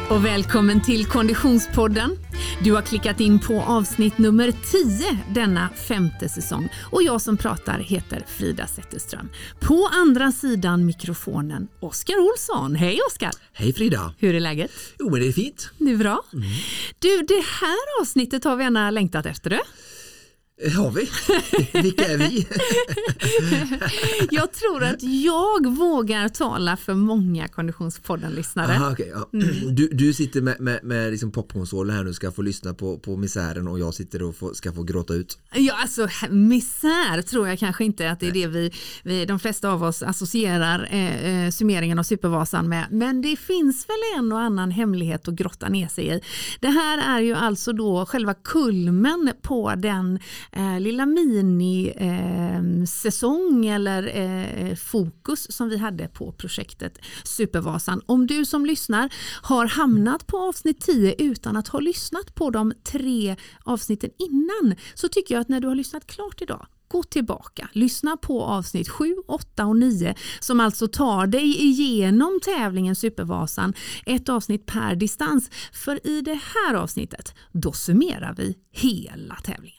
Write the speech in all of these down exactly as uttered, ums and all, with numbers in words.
Och välkommen till Konditionspodden. Du har klickat in på avsnitt nummer tio denna femte säsong. Och jag som pratar heter Frida Zetterström. På andra sidan mikrofonen Oskar Olsson. Hej Oskar! Hej Frida! Hur är läget? Jo, men det är fint. Det är bra. Mm. Du, det här avsnittet har vi gärna längtat efter det. Har vi? Vilka är vi? Jag tror att jag vågar tala för många Konditionspodden-lyssnare. Aha, okay, ja. mm. Du, du sitter med, med, med liksom popcornsålen här nu, ska få lyssna på, på misären, och jag sitter och få, ska få gråta ut. Ja, alltså misär tror jag kanske inte att det är Nej. det vi, vi, de flesta av oss associerar eh, summeringen av Supervasan med. Men det finns väl en och annan hemlighet att grotta ner sig i. Det här är ju alltså då själva kulmen på den Eh, lilla mini-säsong eh, eller eh, fokus som vi hade på projektet Supervasan. Om du som lyssnar har hamnat på avsnitt tio utan att ha lyssnat på de tre avsnitten innan, så tycker jag att när du har lyssnat klart idag, gå tillbaka, lyssna på avsnitt sju, åtta och nio som alltså tar dig igenom tävlingen Supervasan, ett avsnitt per distans. För i det här avsnittet, då summerar vi hela tävlingen.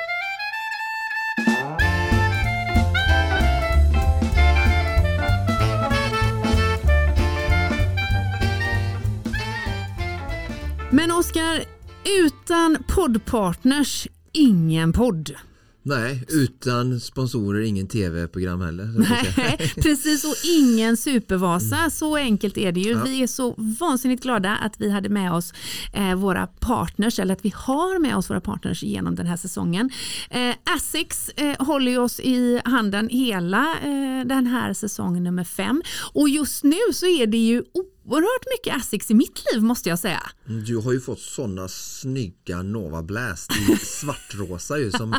Men Oskar, utan poddpartners, ingen podd. Nej, utan sponsorer, ingen tv-program heller. Nej, precis, och ingen Supervasa. Mm. Så enkelt är det ju. Ja. Vi är så vansinnigt glada att vi hade med oss eh, våra partners, eller att vi har med oss våra partners genom den här säsongen. Eh, Asics eh, håller ju oss i handen hela eh, den här säsongen nummer fem. Och just nu så är det ju oerhört mycket Asics i mitt liv, måste jag säga. Du har ju fått sådana snygga Nova Blast i svartrosa ju som...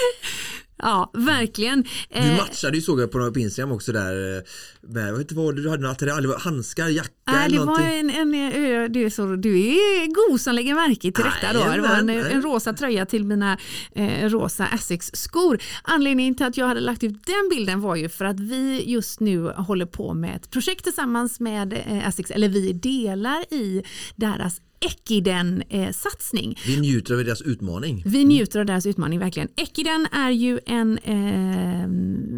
Ja, verkligen. Du matchade ju, såg jag på, på Instagram också där med, jag vet inte vad du hade, det var handskar, jacka äh, eller det någonting. Var en, en, du, är så, du är god som lägger märke till detta då. Det var en, en rosa tröja till mina eh, rosa Asics-skor. Anledningen till att jag hade lagt ut den bilden var ju för att vi just nu håller på med ett projekt tillsammans med eh, Asics, eller vi delar i deras Ekiden-satsning. Vi njuter av deras utmaning. Vi njuter av deras utmaning, verkligen. Ekiden är ju en... Eh,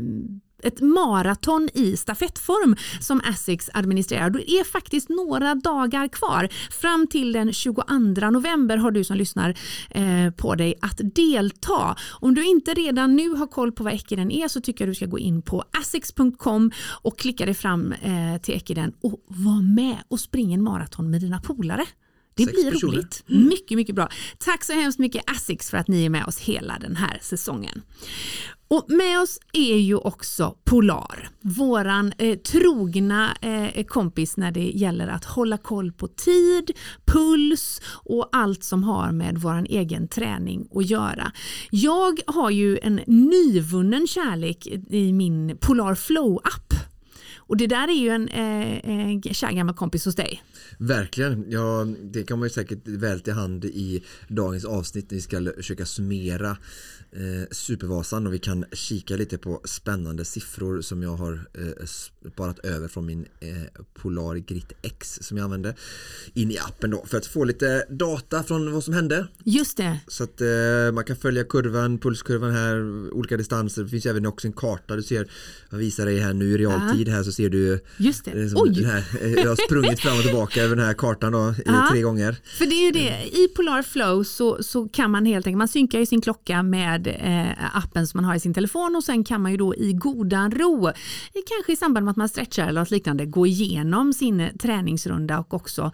ett maraton i stafettform som Asics administrerar. Det är faktiskt några dagar kvar. Fram till den tjugoandra november har du som lyssnar eh, på dig att delta. Om du inte redan nu har koll på vad Ekiden är, så tycker jag du ska gå in på asics punkt com och klicka dig fram eh, till Ekiden och vara med och springa en maraton med dina polare. Det Sex blir personer. roligt. Mycket, mycket bra. Tack så hemskt mycket Asics för att ni är med oss hela den här säsongen. Och med oss är ju också Polar, våran eh, trogna eh, kompis när det gäller att hålla koll på tid, puls och allt som har med våran egen träning att göra. Jag har ju en nyvunnen kärlek i min Polar Flow-app. Och det där är ju en eh, kär gammal kompis hos dig. Verkligen. Ja, det kan man ju säkert väl till hand i dagens avsnitt när vi ska försöka summera eh, Supervasan, och vi kan kika lite på spännande siffror som jag har eh, sparat över från min eh, Polar Grit X som jag använde in i appen då, för att få lite data från vad som hände. Just det. Så att eh, man kan följa kurvan, pulskurvan här, olika distanser. Det finns även också en karta du ser. Jag visar dig här nu i realtid här, så ser du just det. Liksom, Oj. Den här, jag har sprungit fram och tillbaka över den här kartan då, ja. tre gånger. För det är ju det, i Polar Flow så, så kan man helt enkelt, man synkar ju sin klocka med eh, appen som man har i sin telefon, och sen kan man ju då i godan ro, kanske i samband med att man stretchar eller något liknande, gå igenom sin träningsrunda och också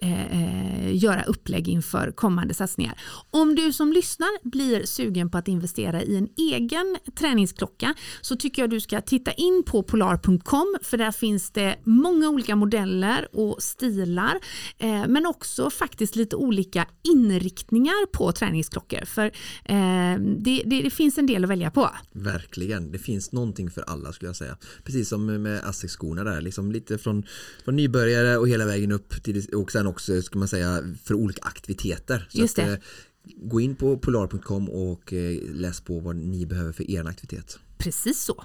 eh, göra upplägg inför kommande satsningar. Om du som lyssnar blir sugen på att investera i en egen träningsklocka, så tycker jag du ska titta in på polar punkt com, för där finns det många olika modeller och stilar, eh, men också faktiskt lite olika inriktningar på träningsklockor, för eh, det, det, det finns en del att välja på. Verkligen, det finns någonting för alla skulle jag säga. Precis som med Asics-skorna där, liksom lite från, från nybörjare och hela vägen upp till, och sen också ska man säga för olika aktiviteter. Så just det. Att, eh, gå in på polar punkt com och eh, läs på vad ni behöver för er aktivitet. Precis så.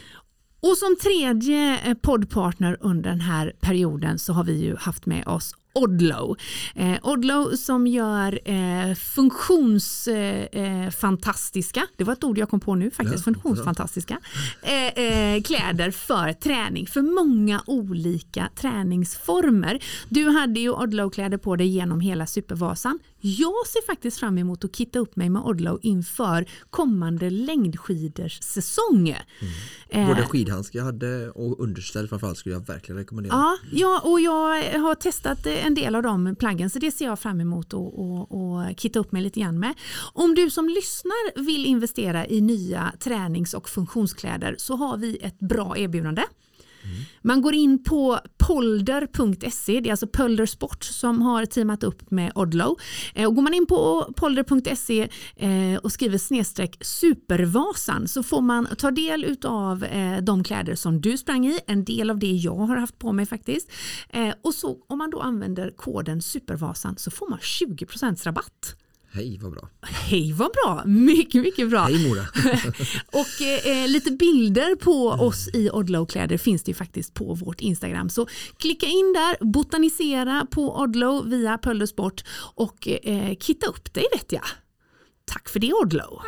Och som tredje poddpartner under den här perioden så har vi ju haft med oss Odlo. Eh, Odlo som gör eh, funktionsfantastiska, eh, det var ett ord jag kom på nu faktiskt, ja, funktionsfantastiska eh, eh, kläder för träning, för många olika träningsformer. Du hade ju Odlo-kläder på dig genom hela Supervasan. Jag ser faktiskt fram emot att kitta upp mig med Odlo inför kommande längdskiders säsong. Mm. Eh, Både skidhandskar jag hade och underställ framförallt skulle jag verkligen rekommendera. Ja, ja, och jag har testat en del av de plaggen så det ser jag fram emot och, och, och kitta upp mig lite grann med. Om du som lyssnar vill investera i nya tränings- och funktionskläder så har vi ett bra erbjudande. Mm. Man går in på polder punkt se, det är alltså Polder Sport som har teamat upp med Odlo. Och går man in på polder punkt se och skriver snedstreck Supervasan så får man ta del av de kläder som du sprang i, en del av det jag har haft på mig faktiskt. Och så om man då använder koden Supervasan så får man tjugo procent rabatt. Hej vad bra. Hej vad bra, mycket mycket bra. Hej Mora. Och eh, lite bilder på oss i Odlo-kläder finns det ju faktiskt på vårt Instagram. Så klicka in där, botanisera på Odlo via Polder Sport och eh, kitta upp dig vet jag. Tack för det Odlo.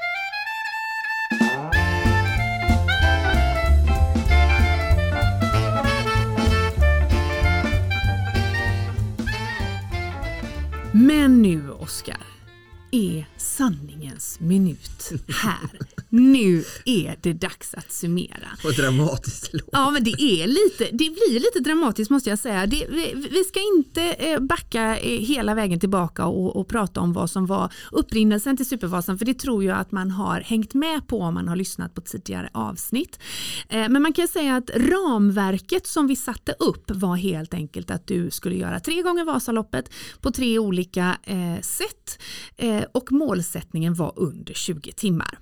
Men nu, Oskar, är sanningens minut här. Nu är det dags att summera. Och dramatiskt låt. Ja, men det är lite, det blir lite dramatiskt måste jag säga. Det, vi, vi ska inte backa hela vägen tillbaka och, och prata om vad som var upprinnelsen till Supervasan, för det tror jag att man har hängt med på om man har lyssnat på tidigare avsnitt. Men man kan säga att ramverket som vi satte upp var helt enkelt att du skulle göra tre gånger Vasaloppet på tre olika eh, sätt eh, och målsättningen var under tjugo timmar.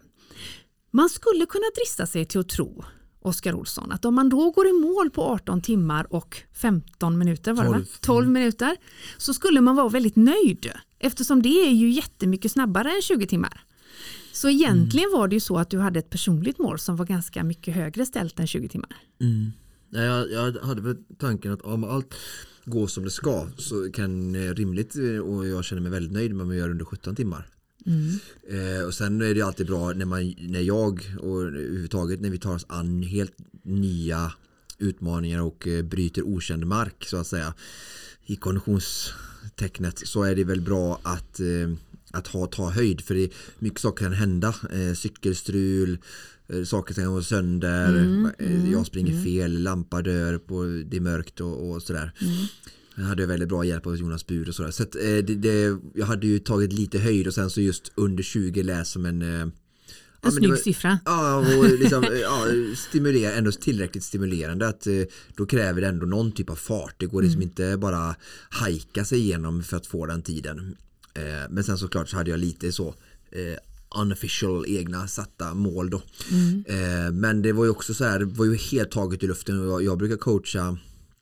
Man skulle kunna drista sig till att tro, Oskar Olsson, att om man då går i mål på arton timmar och femton minuter, var det va? tolv minuter, så skulle man vara väldigt nöjd eftersom det är ju jättemycket snabbare än tjugo timmar. Så egentligen mm. var det ju så att du hade ett personligt mål som var ganska mycket högre ställt än tjugo timmar. Mm. Jag, jag hade väl tanken att om allt går som det ska så kan rimligt, och jag känner mig väldigt nöjd med att man gör under sjutton timmar. Mm. Eh, och sen är det alltid bra när, man, när jag och överhuvudtaget när vi tar oss an helt nya utmaningar och eh, bryter okänd mark så att säga i konditionstecknet, så är det väl bra att, eh, att ha, ta höjd, för det är mycket saker kan hända, eh, cykelstrul, eh, saker kan gå sönder, mm, eh, jag springer mm. fel, lampa dör på, det är mörkt och, och sådär. Mm. Jag hade väldigt bra hjälp av Jonas Bur och sådär. Så att, eh, det, det, jag hade ju tagit lite höjd och sen så just under tjugo läs som en... Eh, en ja, snygg var, siffra. Ja, och liksom, ja, stimulera, ändå tillräckligt stimulerande att eh, då kräver det ändå någon typ av fart. Det går liksom mm. inte bara hajka sig igenom för att få den tiden. Eh, men sen såklart så hade jag lite så... Eh, unofficial egna satta mål då. Mm. Eh, men det var ju också så här, det var ju helt taget i luften, och jag, jag brukar coacha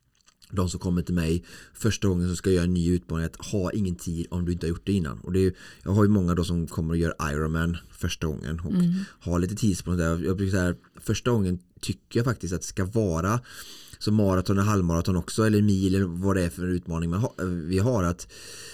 de som kommer till mig första gången så ska jag göra en ny utmaning, att ha ingen tid om du inte har gjort det innan. Och det är, jag har ju många då som kommer och gör Ironman första gången och mm. har lite tidspunkt där. Jag brukar säga, första gången tycker jag faktiskt att det ska vara så maraton och halvmaraton också, eller mil eller vad det är för utmaning man har, vi har, att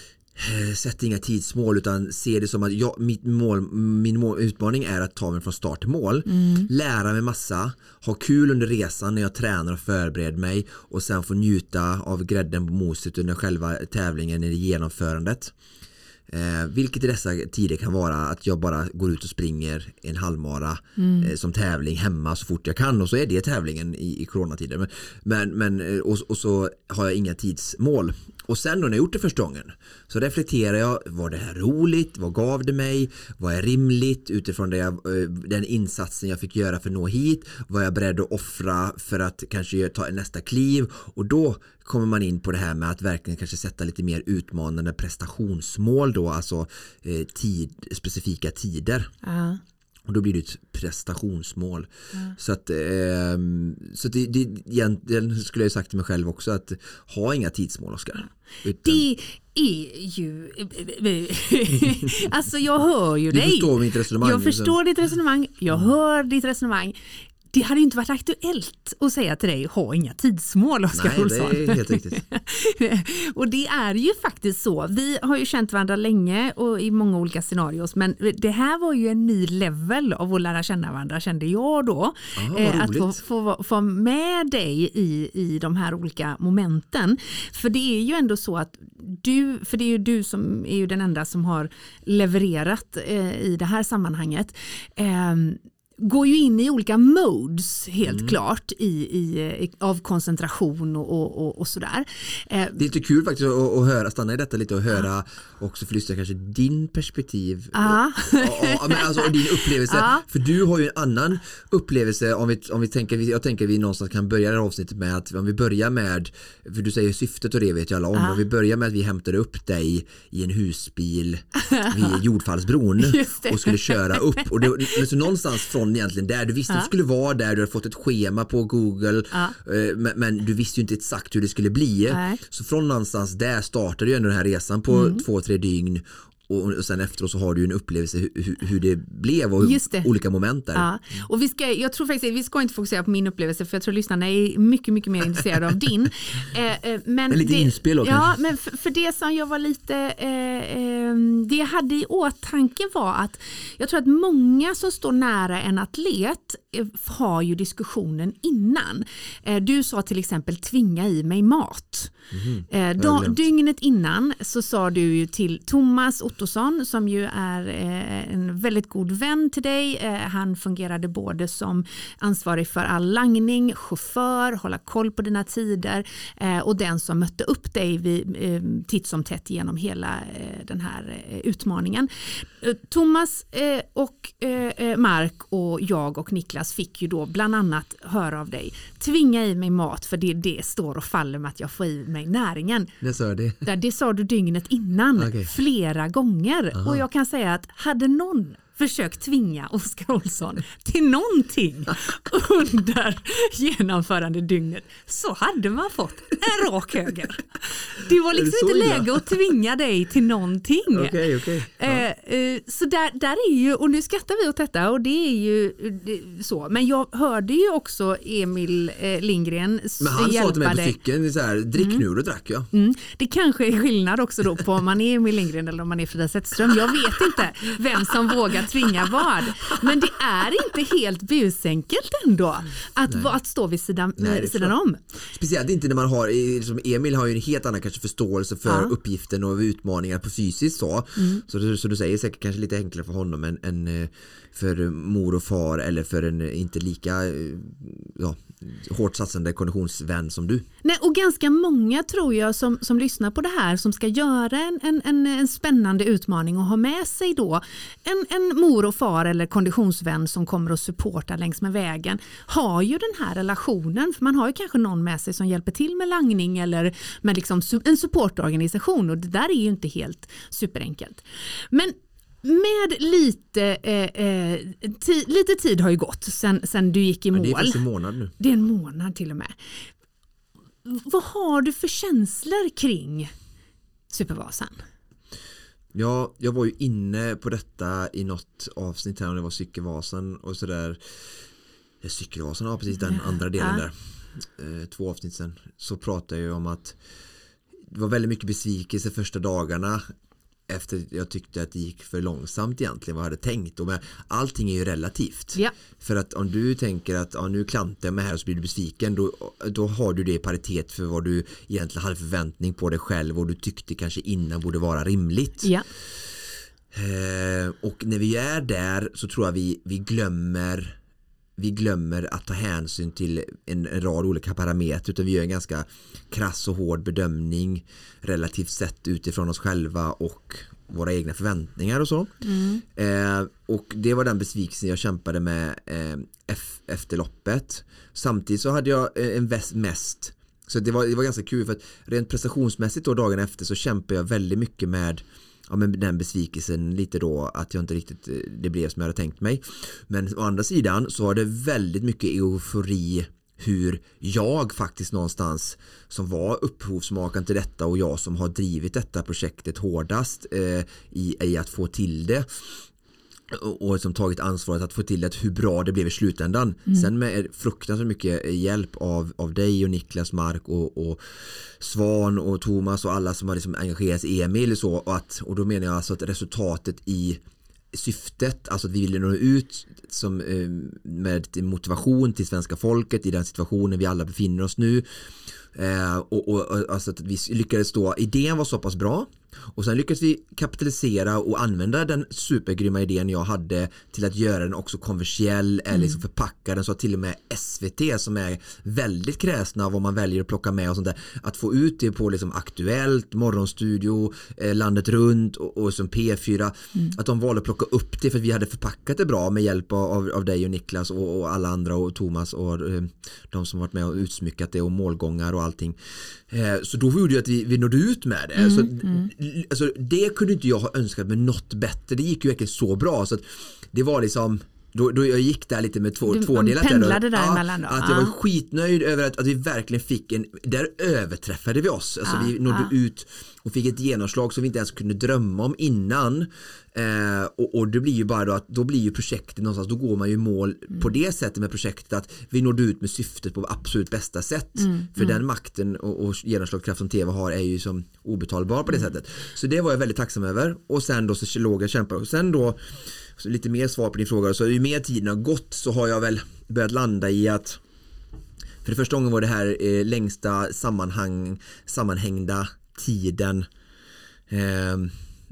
sätt inga tidsmål utan se det som att jag, mitt mål, min mål, utmaning är att ta mig från start till mål, mm. lära mig massa, ha kul under resan när jag tränar och förbereder mig och sen få njuta av grädden på moset under själva tävlingen i genomförandet. Eh, vilket i dessa tider kan vara att jag bara går ut och springer en halvmara mm. eh, som tävling hemma så fort jag kan, och så är det tävlingen i, i coronatider. Men, men, men, och, och så har jag inga tidsmål. Och sen då när jag gjort det första gången så reflekterar jag, var det här roligt? Vad gav det mig? Vad är rimligt utifrån det jag, den insatsen jag fick göra för att nå hit? Vad är jag beredd att offra för att kanske ta nästa kliv? Och då kommer man in på det här med att verkligen kanske sätta lite mer utmanande prestationsmål då, alltså eh, tid, specifika tider. Uh. Och då blir det ett prestationsmål. Mm. Så att, eh, så det, det egentligen skulle jag sagt till mig själv också, att ha inga tidsmål, Oskar. Utan... Det är ju... alltså jag hör ju du dig. Du förstår mitt resonemang. Jag förstår ditt resonemang. Jag hör ditt resonemang. det hade ju inte varit aktuellt att säga till dig, ha inga tidsmål, Oskar Olsson. Nej, det är helt riktigt. Och det är ju faktiskt så. Vi har ju känt varandra länge och i många olika scenarios, men det här var ju en ny level av att lära känna varandra, kände jag då. Aha, eh, att få, roligt. få, få med dig i, i de här olika momenten. För det är ju ändå så att du, för det är ju du som är ju den enda som har levererat eh, i det här sammanhanget. Eh, går ju in i olika modes helt mm. klart i, i, av koncentration och, och, och sådär. Eh, det är lite kul faktiskt att, att höra, stanna i detta lite och höra ah. också för lyssna kanske din perspektiv ah. och, och, men alltså, och din upplevelse. Ah. För du har ju en annan upplevelse om vi, om vi tänker, jag tänker vi någonstans kan börja det här avsnittet med att om vi börjar med, för du säger syftet och det vet ju alla om, ah. om vi börjar med att vi hämtade upp dig i en husbil vid Jordfallsbron och skulle köra upp och det, så någonstans från egentligen där. Du visste ja. att du skulle vara där, du har fått ett schema på Google ja. men, men du visste ju inte exakt hur det skulle bli. Nej. Så från någonstans där startade ju ändå den här resan på mm. två, tre dygn och sen efteråt så har du en upplevelse hur, hur det blev och det. olika moment där. Ja. Och vi ska, jag tror faktiskt vi ska inte fokusera på min upplevelse för jag tror lyssnarna är mycket, mycket mer intresserade av din. Eh, men en lite det, inspel också. Ja, men för, för det som jag var lite eh, eh, det jag hade i åtanke var att jag tror att många som står nära en atlet eh, har ju diskussionen innan. Eh, du sa till exempel tvinga i mig mat. Mm. Eh, då, dygnet innan så sa du ju till Thomas Ottosson som ju är eh, en väldigt god vän till dig. Eh, han fungerade både som ansvarig för all langning, chaufför, hålla koll på dina tider eh, och den som mötte upp dig vid, eh, titt som tätt genom hela eh, den här eh, utmaningen. Eh, Thomas eh, och eh, Mark och jag och Niklas fick ju då bland annat höra av dig. Tvinga i mig mat för det, det står och faller med att jag får i mig näringen. Det sa det. Där, det sa du dygnet innan okay. flera gånger. Aha. Och jag kan säga att hade någon försökt tvinga Oskar Olsson till någonting under genomförande dygnet så hade man fått en rak höger. Det var liksom inte illa? Läge att tvinga dig till någonting. Okay, okay. Ja. Eh, eh, så där, där är ju, och nu skrattar vi åt detta och det är ju det, så. Men jag hörde ju också Emil eh, Lindgren Men han sa till mig på cykeln, så här, drick mm. nu och drack jag. Mm. Det kanske är skillnad också då på om man är Emil Lindgren eller om man är Frida Zetterström. Jag vet inte vem som vågar tvinga vad. Men det är inte helt busenkelt ändå att, att stå vid sidan, Nej, sidan om. Speciellt inte när man har, som Emil har ju en helt annan kanske förståelse för ja. uppgiften och utmaningar på fysiskt så. Mm. Så, så du säger säkert kanske lite enklare för honom än, än för mor och far eller för en inte lika ja, hårt satsande konditionsvän som du. Nej, och ganska många tror jag som, som lyssnar på det här som ska göra en, en, en, en spännande utmaning och ha med sig då en, en mor och far eller konditionsvän som kommer att supporta längs med vägen har ju den här relationen, för man har ju kanske någon med sig som hjälper till med langning eller med liksom en supportorganisation och det där är ju inte helt superenkelt. Men med lite eh, eh, ti- lite tid har ju gått sen, sen du gick i mål. Ja, det är faktiskt en månad nu. Det är en månad till och med. Vad har du för känslor kring Supervasan? Ja, jag var ju inne på detta i något avsnitt här när det var Cykelvasan och sådär. Ja, Cykelvasan, ja precis den andra delen ja. där. Eh, två avsnitt sen. Så pratade jag om att det var väldigt mycket besvikelse första dagarna efter jag tyckte att det gick för långsamt egentligen vad jag hade tänkt. Och med, allting är ju relativt. Ja. För att om du tänker att ja, nu klantar jag mig här och så blir du besviken då, då har du det i paritet för vad du egentligen hade förväntning på dig själv och du tyckte kanske innan borde vara rimligt. Ja. Eh, och när vi är där så tror jag vi, vi glömmer vi glömmer att ta hänsyn till en, en rad olika parametrar utan vi gör en ganska krass och hård bedömning relativt sett utifrån oss själva och våra egna förväntningar och så. Mm. Eh, och det var den besvikelsen jag kämpade med eh, f- efter loppet. Samtidigt så hade jag eh, en väst mest så det var, det var ganska kul för att rent prestationsmässigt då dagen efter så kämpade jag väldigt mycket med ja, men den besvikelsen lite då att jag inte riktigt det blev som jag hade tänkt mig. Men å andra sidan så var det väldigt mycket eufori hur jag faktiskt någonstans som var upphovsmakaren till detta och jag som har drivit detta projektet hårdast eh, i, i att få till det och, och som tagit ansvaret att få till att hur bra det blev i slutändan. Mm. Sen med fruktansvärt mycket hjälp av, av dig och Niklas, Mark och, och Svan och Thomas och alla som har liksom engagerat sig i Emil och så, och, att, och då menar jag alltså att resultatet i syftet, alltså att vi vill nå ut som, eh, med motivation till svenska folket i den situationen vi alla befinner oss nu. Eh, och, och alltså att vi lyckades då, idén var så pass bra och sen lyckades vi kapitalisera och använda den supergrymma idén jag hade till att göra den också kommersiell eller liksom förpacka den så att till och med S V T som är väldigt kräsna av vad man väljer att plocka med och sånt där, att få ut det på liksom Aktuellt, Morgonstudio, eh, Landet runt och, och som P fyra, mm. att de valde att plocka upp det för att vi hade förpackat det bra med hjälp av, av dig och Niklas och, och alla andra och Thomas och eh, de som varit med och utsmyckat det och målgångar och allting. Eh, så då gjorde det att vi, vi nådde ut med det. Mm, så, mm. Alltså, det kunde inte jag ha önskat med något bättre. Det gick ju verkligen så bra så att det var liksom Då, då jag gick där lite med två, du, tvådelat pendlade där ja, emellan då. Att jag var skitnöjd över att, att vi verkligen fick en, där överträffade vi oss. Alltså ja, vi nådde ja. ut och fick ett genomslag som vi inte ens kunde drömma om innan. Eh, och, och det blir ju bara då att då blir ju projektet någonstans, då går man ju mål mm. på det sättet med projektet att vi nådde ut med syftet på absolut bästa sätt. Mm, För mm. den makten och, och genomslagskraft som T V har är ju som obetalbar på det mm. sättet. Så det var jag väldigt tacksam över. Och sen då så låg jag och kämpade. Och sen då så lite mer svar på din fråga. Så ju mer tiden har gått så har jag väl börjat landa i att för det första gången var det här eh, längsta sammanhang, sammanhängda tiden eh,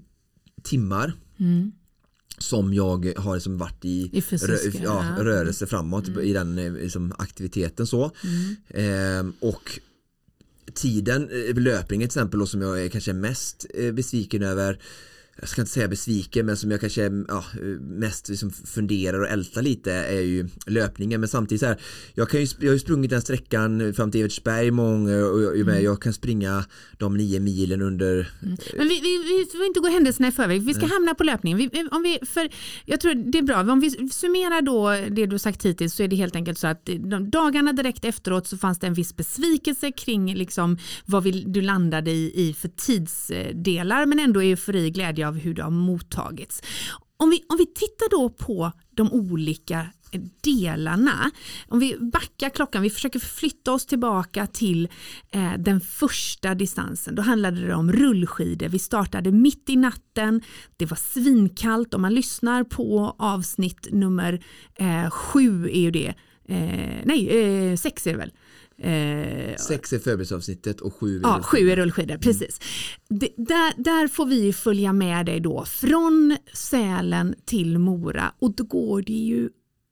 timmar mm. som jag har liksom varit i, I fysiska, rö, ja, ja. rörelse framåt mm. i den liksom, aktiviteten så. Mm. Eh, och tiden, löpningen till exempel, som jag är kanske mest eh, besviken över, jag ska inte säga besviken, men som jag kanske ja, mest liksom funderar och ältar lite är ju löpningen. Men samtidigt så här, jag, kan ju, jag har ju sprungit den sträckan fram till Evertsberg många och jag, mm. jag kan springa de nio milen under... Mm. Men vi, vi, vi får inte gå händelserna i förväg. Vi ska mm. hamna på löpningen. Vi, om vi, för jag tror det är bra. Om vi summerar då det du sagt hittills så är det helt enkelt så att de dagarna direkt efteråt så fanns det en viss besvikelse kring liksom vad vi, du landade i, i för tidsdelar, men ändå eufori, glädje av hur det har mottagits. Om vi, om vi tittar då på de olika delarna, om vi backar klockan, vi försöker flytta oss tillbaka till eh, den första distansen, då handlade det om rullskidor. Vi startade mitt i natten, det var svinkallt. Om man lyssnar på avsnitt nummer eh, sju är ju det, eh, nej eh, sex är det väl. Eh, Sex är förberedelseavsnittet och sju är ja, rullskidor. Sju är rullskidor, precis. Mm. Det, där, där får vi följa med dig då från Sälen till Mora och då går det ju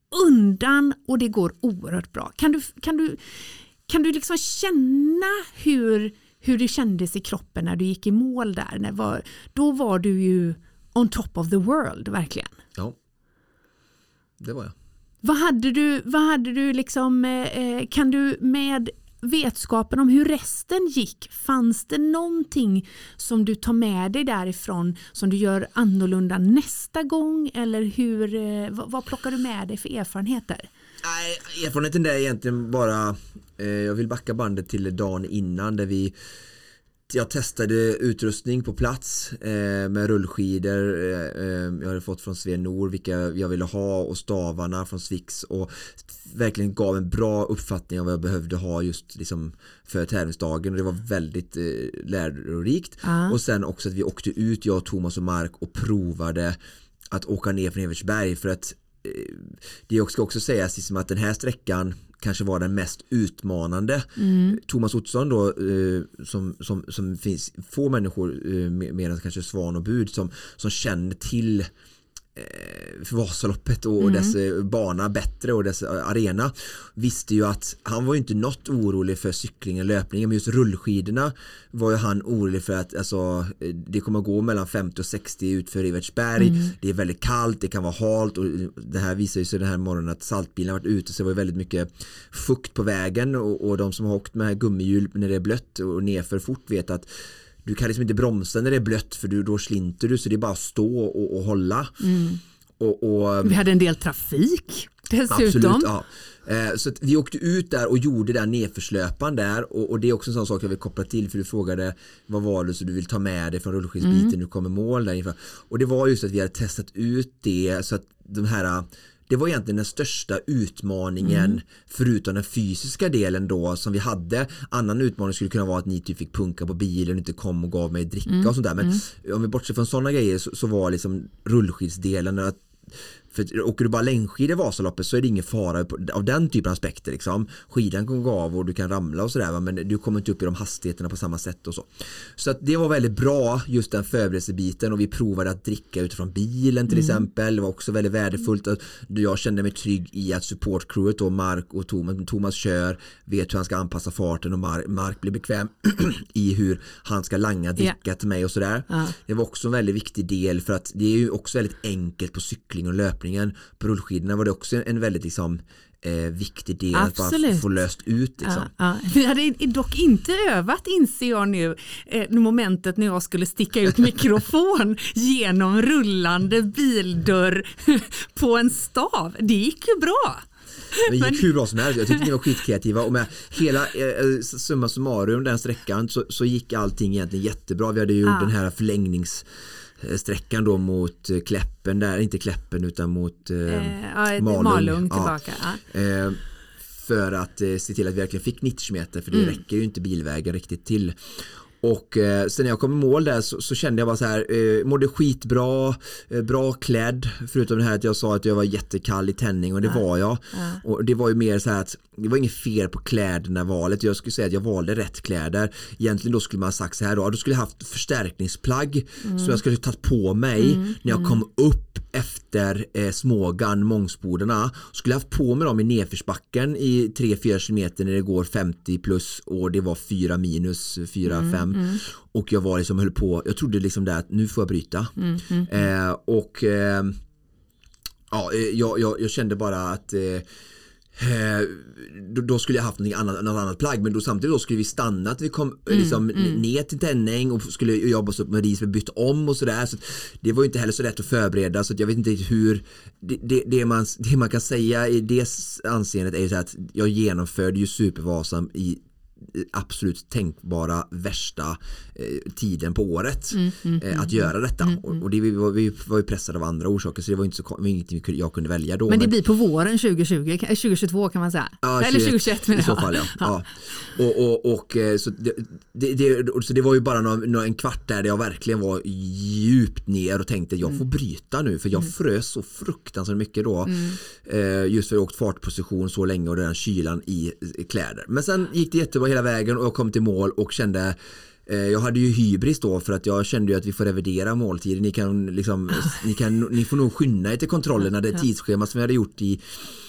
undan och det går oerhört bra. Kan du, kan du, kan du liksom känna hur, hur det kändes i kroppen när du gick i mål där? När var, då var du ju on top of the world, verkligen. Ja, det var jag. Vad hade du, vad hade du liksom, eh, kan du med vetskapen om hur resten gick, fanns det någonting som du tar med dig därifrån som du gör annorlunda nästa gång, eller hur, eh, vad, vad plockar du med dig för erfarenheter? Nej, erfarenheten där är egentligen bara, eh, jag vill backa bandet till dagen innan där vi jag testade utrustning på plats eh, med rullskidor eh, jag hade fått från Svenor vilka jag ville ha och stavarna från Swix och verkligen gav en bra uppfattning av vad jag behövde ha just liksom för tävlingsdagen och det var väldigt eh, lärorikt uh. och sen också att vi åkte ut, jag, Thomas och Mark och provade att åka ner från Evertsberg för att eh, det ska också sägas liksom att den här sträckan kanske var den mest utmanande. Mm. Thomas Ottosson då eh, som, som, som finns få människor eh, mer än kanske Svan och Bud som, som känner till eh, för Vasaloppet och, mm. och dess eh, bana bättre och dess eh, arena visste ju att han var ju inte något orolig för cyklingen, löpningen, men just rullskidorna var ju han orolig för att alltså, det kommer att gå mellan femtio och sextio ut för Evertsberg. Mm. Det är väldigt kallt, det kan vara halt och det här visar ju sig den här morgonen att saltbilen har varit ute så det var väldigt mycket fukt på vägen och, och de som har åkt med gummihjul när det är blött och nerför fort vet att du kan liksom inte bromsa när det är blött för du, då slinter du så det är bara att stå och, och hålla. Mm. och, och, vi hade en del trafik dessutom. Absolut, ja. Så att vi åkte ut där och gjorde den nedförslöpan där och, och det är också en sån sak jag vill koppla till för du frågade vad var det så du vill ta med dig från rullskidsbiten mm. du kommer mål där inför. Och det var just att vi hade testat ut det så att de här det var egentligen den största utmaningen mm. förutom den fysiska delen då som vi hade. Annan utmaning skulle kunna vara att ni typ fick punka på bilen och inte kom och gav mig dricka mm. och sånt där. Men mm. om vi bortser från sådana grejer så, så var liksom rullskidsdelen att för åker du bara längdskidor i Vasaloppet så är det ingen fara av den typen av aspekter liksom. Skidan kan gå av och du kan ramla och sådär men du kommer inte upp i de hastigheterna på samma sätt och så. Så att det var väldigt bra just den förberedelsebiten och vi provade att dricka utifrån bilen till mm. exempel. Det var också väldigt värdefullt att jag kände mig trygg i att supportcrewet och Mark och Thomas, Thomas kör, vet hur han ska anpassa farten och Mark, Mark blir bekväm i hur han ska langa dricka yeah. till mig och sådär. Uh. Det var också en väldigt viktig del för att det är ju också väldigt enkelt på cykling och löpning. På rullskidorna var det också en väldigt liksom, eh, viktig del Absolut. Att bara få löst ut. Liksom. Ja, ja. Vi hade dock inte övat, inser jag nu, eh, momentet när jag skulle sticka ut mikrofon genom rullande bildörr på en stav. Det gick ju bra. Det gick hur bra som helst. Jag tyckte ni var skitkreativa och med hela eh, summa summarum den sträckan så, så gick allting egentligen jättebra. Vi hade ju ja. Den här förlängnings sträckan då mot Kläppen där, inte Kläppen utan mot eh, eh, Malung, Malung tillbaka. Ja. Eh, för att eh, se till att vi verkligen fick nittio kilometer för det mm. räcker ju inte bilvägen riktigt till. Och eh, sen när jag kom i mål där så, så kände jag bara så här eh, mådde skitbra, eh, bra klädd förutom det här att jag sa att jag var jättekall i tändning och det ja. Var jag. Ja. Och det var ju mer så här att det var inget fel på kläderna valet. Jag skulle säga att jag valde rätt kläder. Egentligen då skulle man ha sagt så här då, då skulle jag haft förstärkningsplagg mm. som jag skulle tagit på mig mm. när jag kom upp efter eh, Smågan, Mångsbodarna. Skulle jag haft på mig dem i nedförsbacken i tre till fyra kilometer när det går femtio plus och det var fyra minus, fyra till fem. Mm. Mm. Och jag var liksom höll på, jag trodde liksom där att nu får jag bryta. Mm. Mm. Eh, och eh, ja, jag, jag, jag kände bara att eh, Då, då skulle jag haft något annat, något annat plagg men då samtidigt då skulle vi stanna att vi kom mm, liksom mm. ner till tändning och skulle jobba så upp med ris med bytt om och sådär så det var ju inte heller så lätt att förbereda så att jag vet inte hur det, det, det, man, det man kan säga i det anseendet är ju så att jag genomförde ju Supervasan i absolut tänkbara värsta eh, tiden på året mm, mm, eh, att göra detta mm, och, och det, vi, var, vi var ju pressade av andra orsaker så det var inte så ingenting jag kunde välja då. Men det men, blir på våren tjugo tjugo, tjugo tjugotvå kan man säga. Ja, eller tjugo tjugoett menar i så fall ja. ja. Och, och, och så, det, det, det, så det var ju bara någon, någon, en kvart där jag verkligen var djupt ner och tänkte jag får bryta nu för jag mm. frös så fruktansvärt mycket då mm. eh, just för att jag åkt fartposition så länge och den kylan i kläder. Men sen gick det jättebra hela vägen och jag kom till mål och kände eh, jag hade ju hybris då för att jag kände ju att vi får revidera måltiden. Ni kan liksom ni, kan, ni får nog skynda er till kontrollerna. Det tidsschema som jag hade gjort i,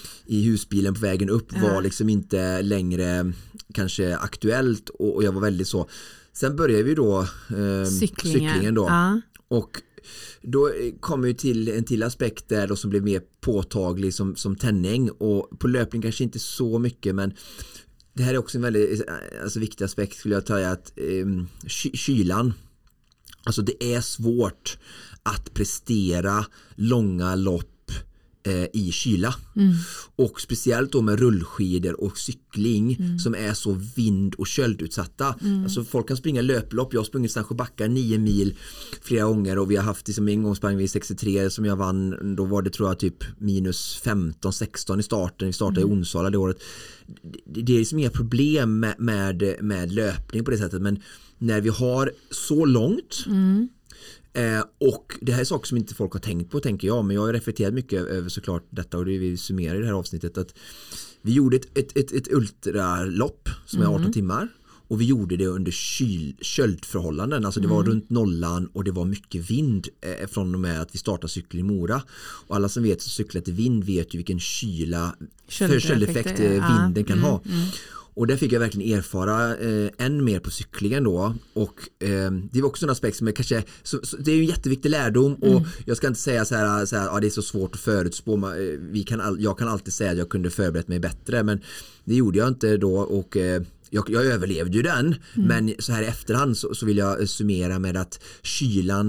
i husbilen på vägen upp var liksom inte längre kanske aktuellt och, och jag var väldigt så. Sen började vi då eh, cyklingen då ja. Och då kommer ju till en till aspekt där då som blev mer påtaglig som, som tändning och på löpning kanske inte så mycket men det här är också en väldigt alltså, viktig aspekt skulle jag säga att eh, ky- kylan alltså det är svårt att prestera långa lopp eh, i kyla mm. och speciellt då med rullskidor och cykling mm. som är så vind- och köldutsatta mm. alltså folk kan springa löplopp, jag har sprungit Sandsjöbacka nio mil flera gånger och vi har haft liksom en gång sprang vi sextiotre som jag vann, då var det tror jag typ minus femton sexton i starten, vi startade mm. i Onsala det året. Det, det är liksom inga problem med, med, med löpning på det sättet men när vi har så långt mm. Eh, och det här är saker som inte folk har tänkt på tänker jag men jag har reflekterat mycket över såklart detta och det vi summerar i det här avsnittet att vi gjorde ett, ett, ett, ett ultralopp som mm. är arton timmar och vi gjorde det under kyl, köldförhållanden alltså det var mm. runt nollan och det var mycket vind eh, från och med att vi startade cykel i Mora och alla som vet att cykla till vind vet ju vilken kyla för köldeffekt eh, vinden kan mm. ha mm. Och där fick jag verkligen erfara eh, än mer på cyklingen då och eh, det var också en aspekt som är kanske så, så, det är ju en jätteviktig lärdom och mm. jag ska inte säga så här, så här ja, det är så svårt att förutspå vi kan all, jag kan alltid säga att jag kunde förberett mig bättre men det gjorde jag inte då och eh, jag, jag överlevde ju den mm. men så här i efterhand så, så vill jag summera med att kylan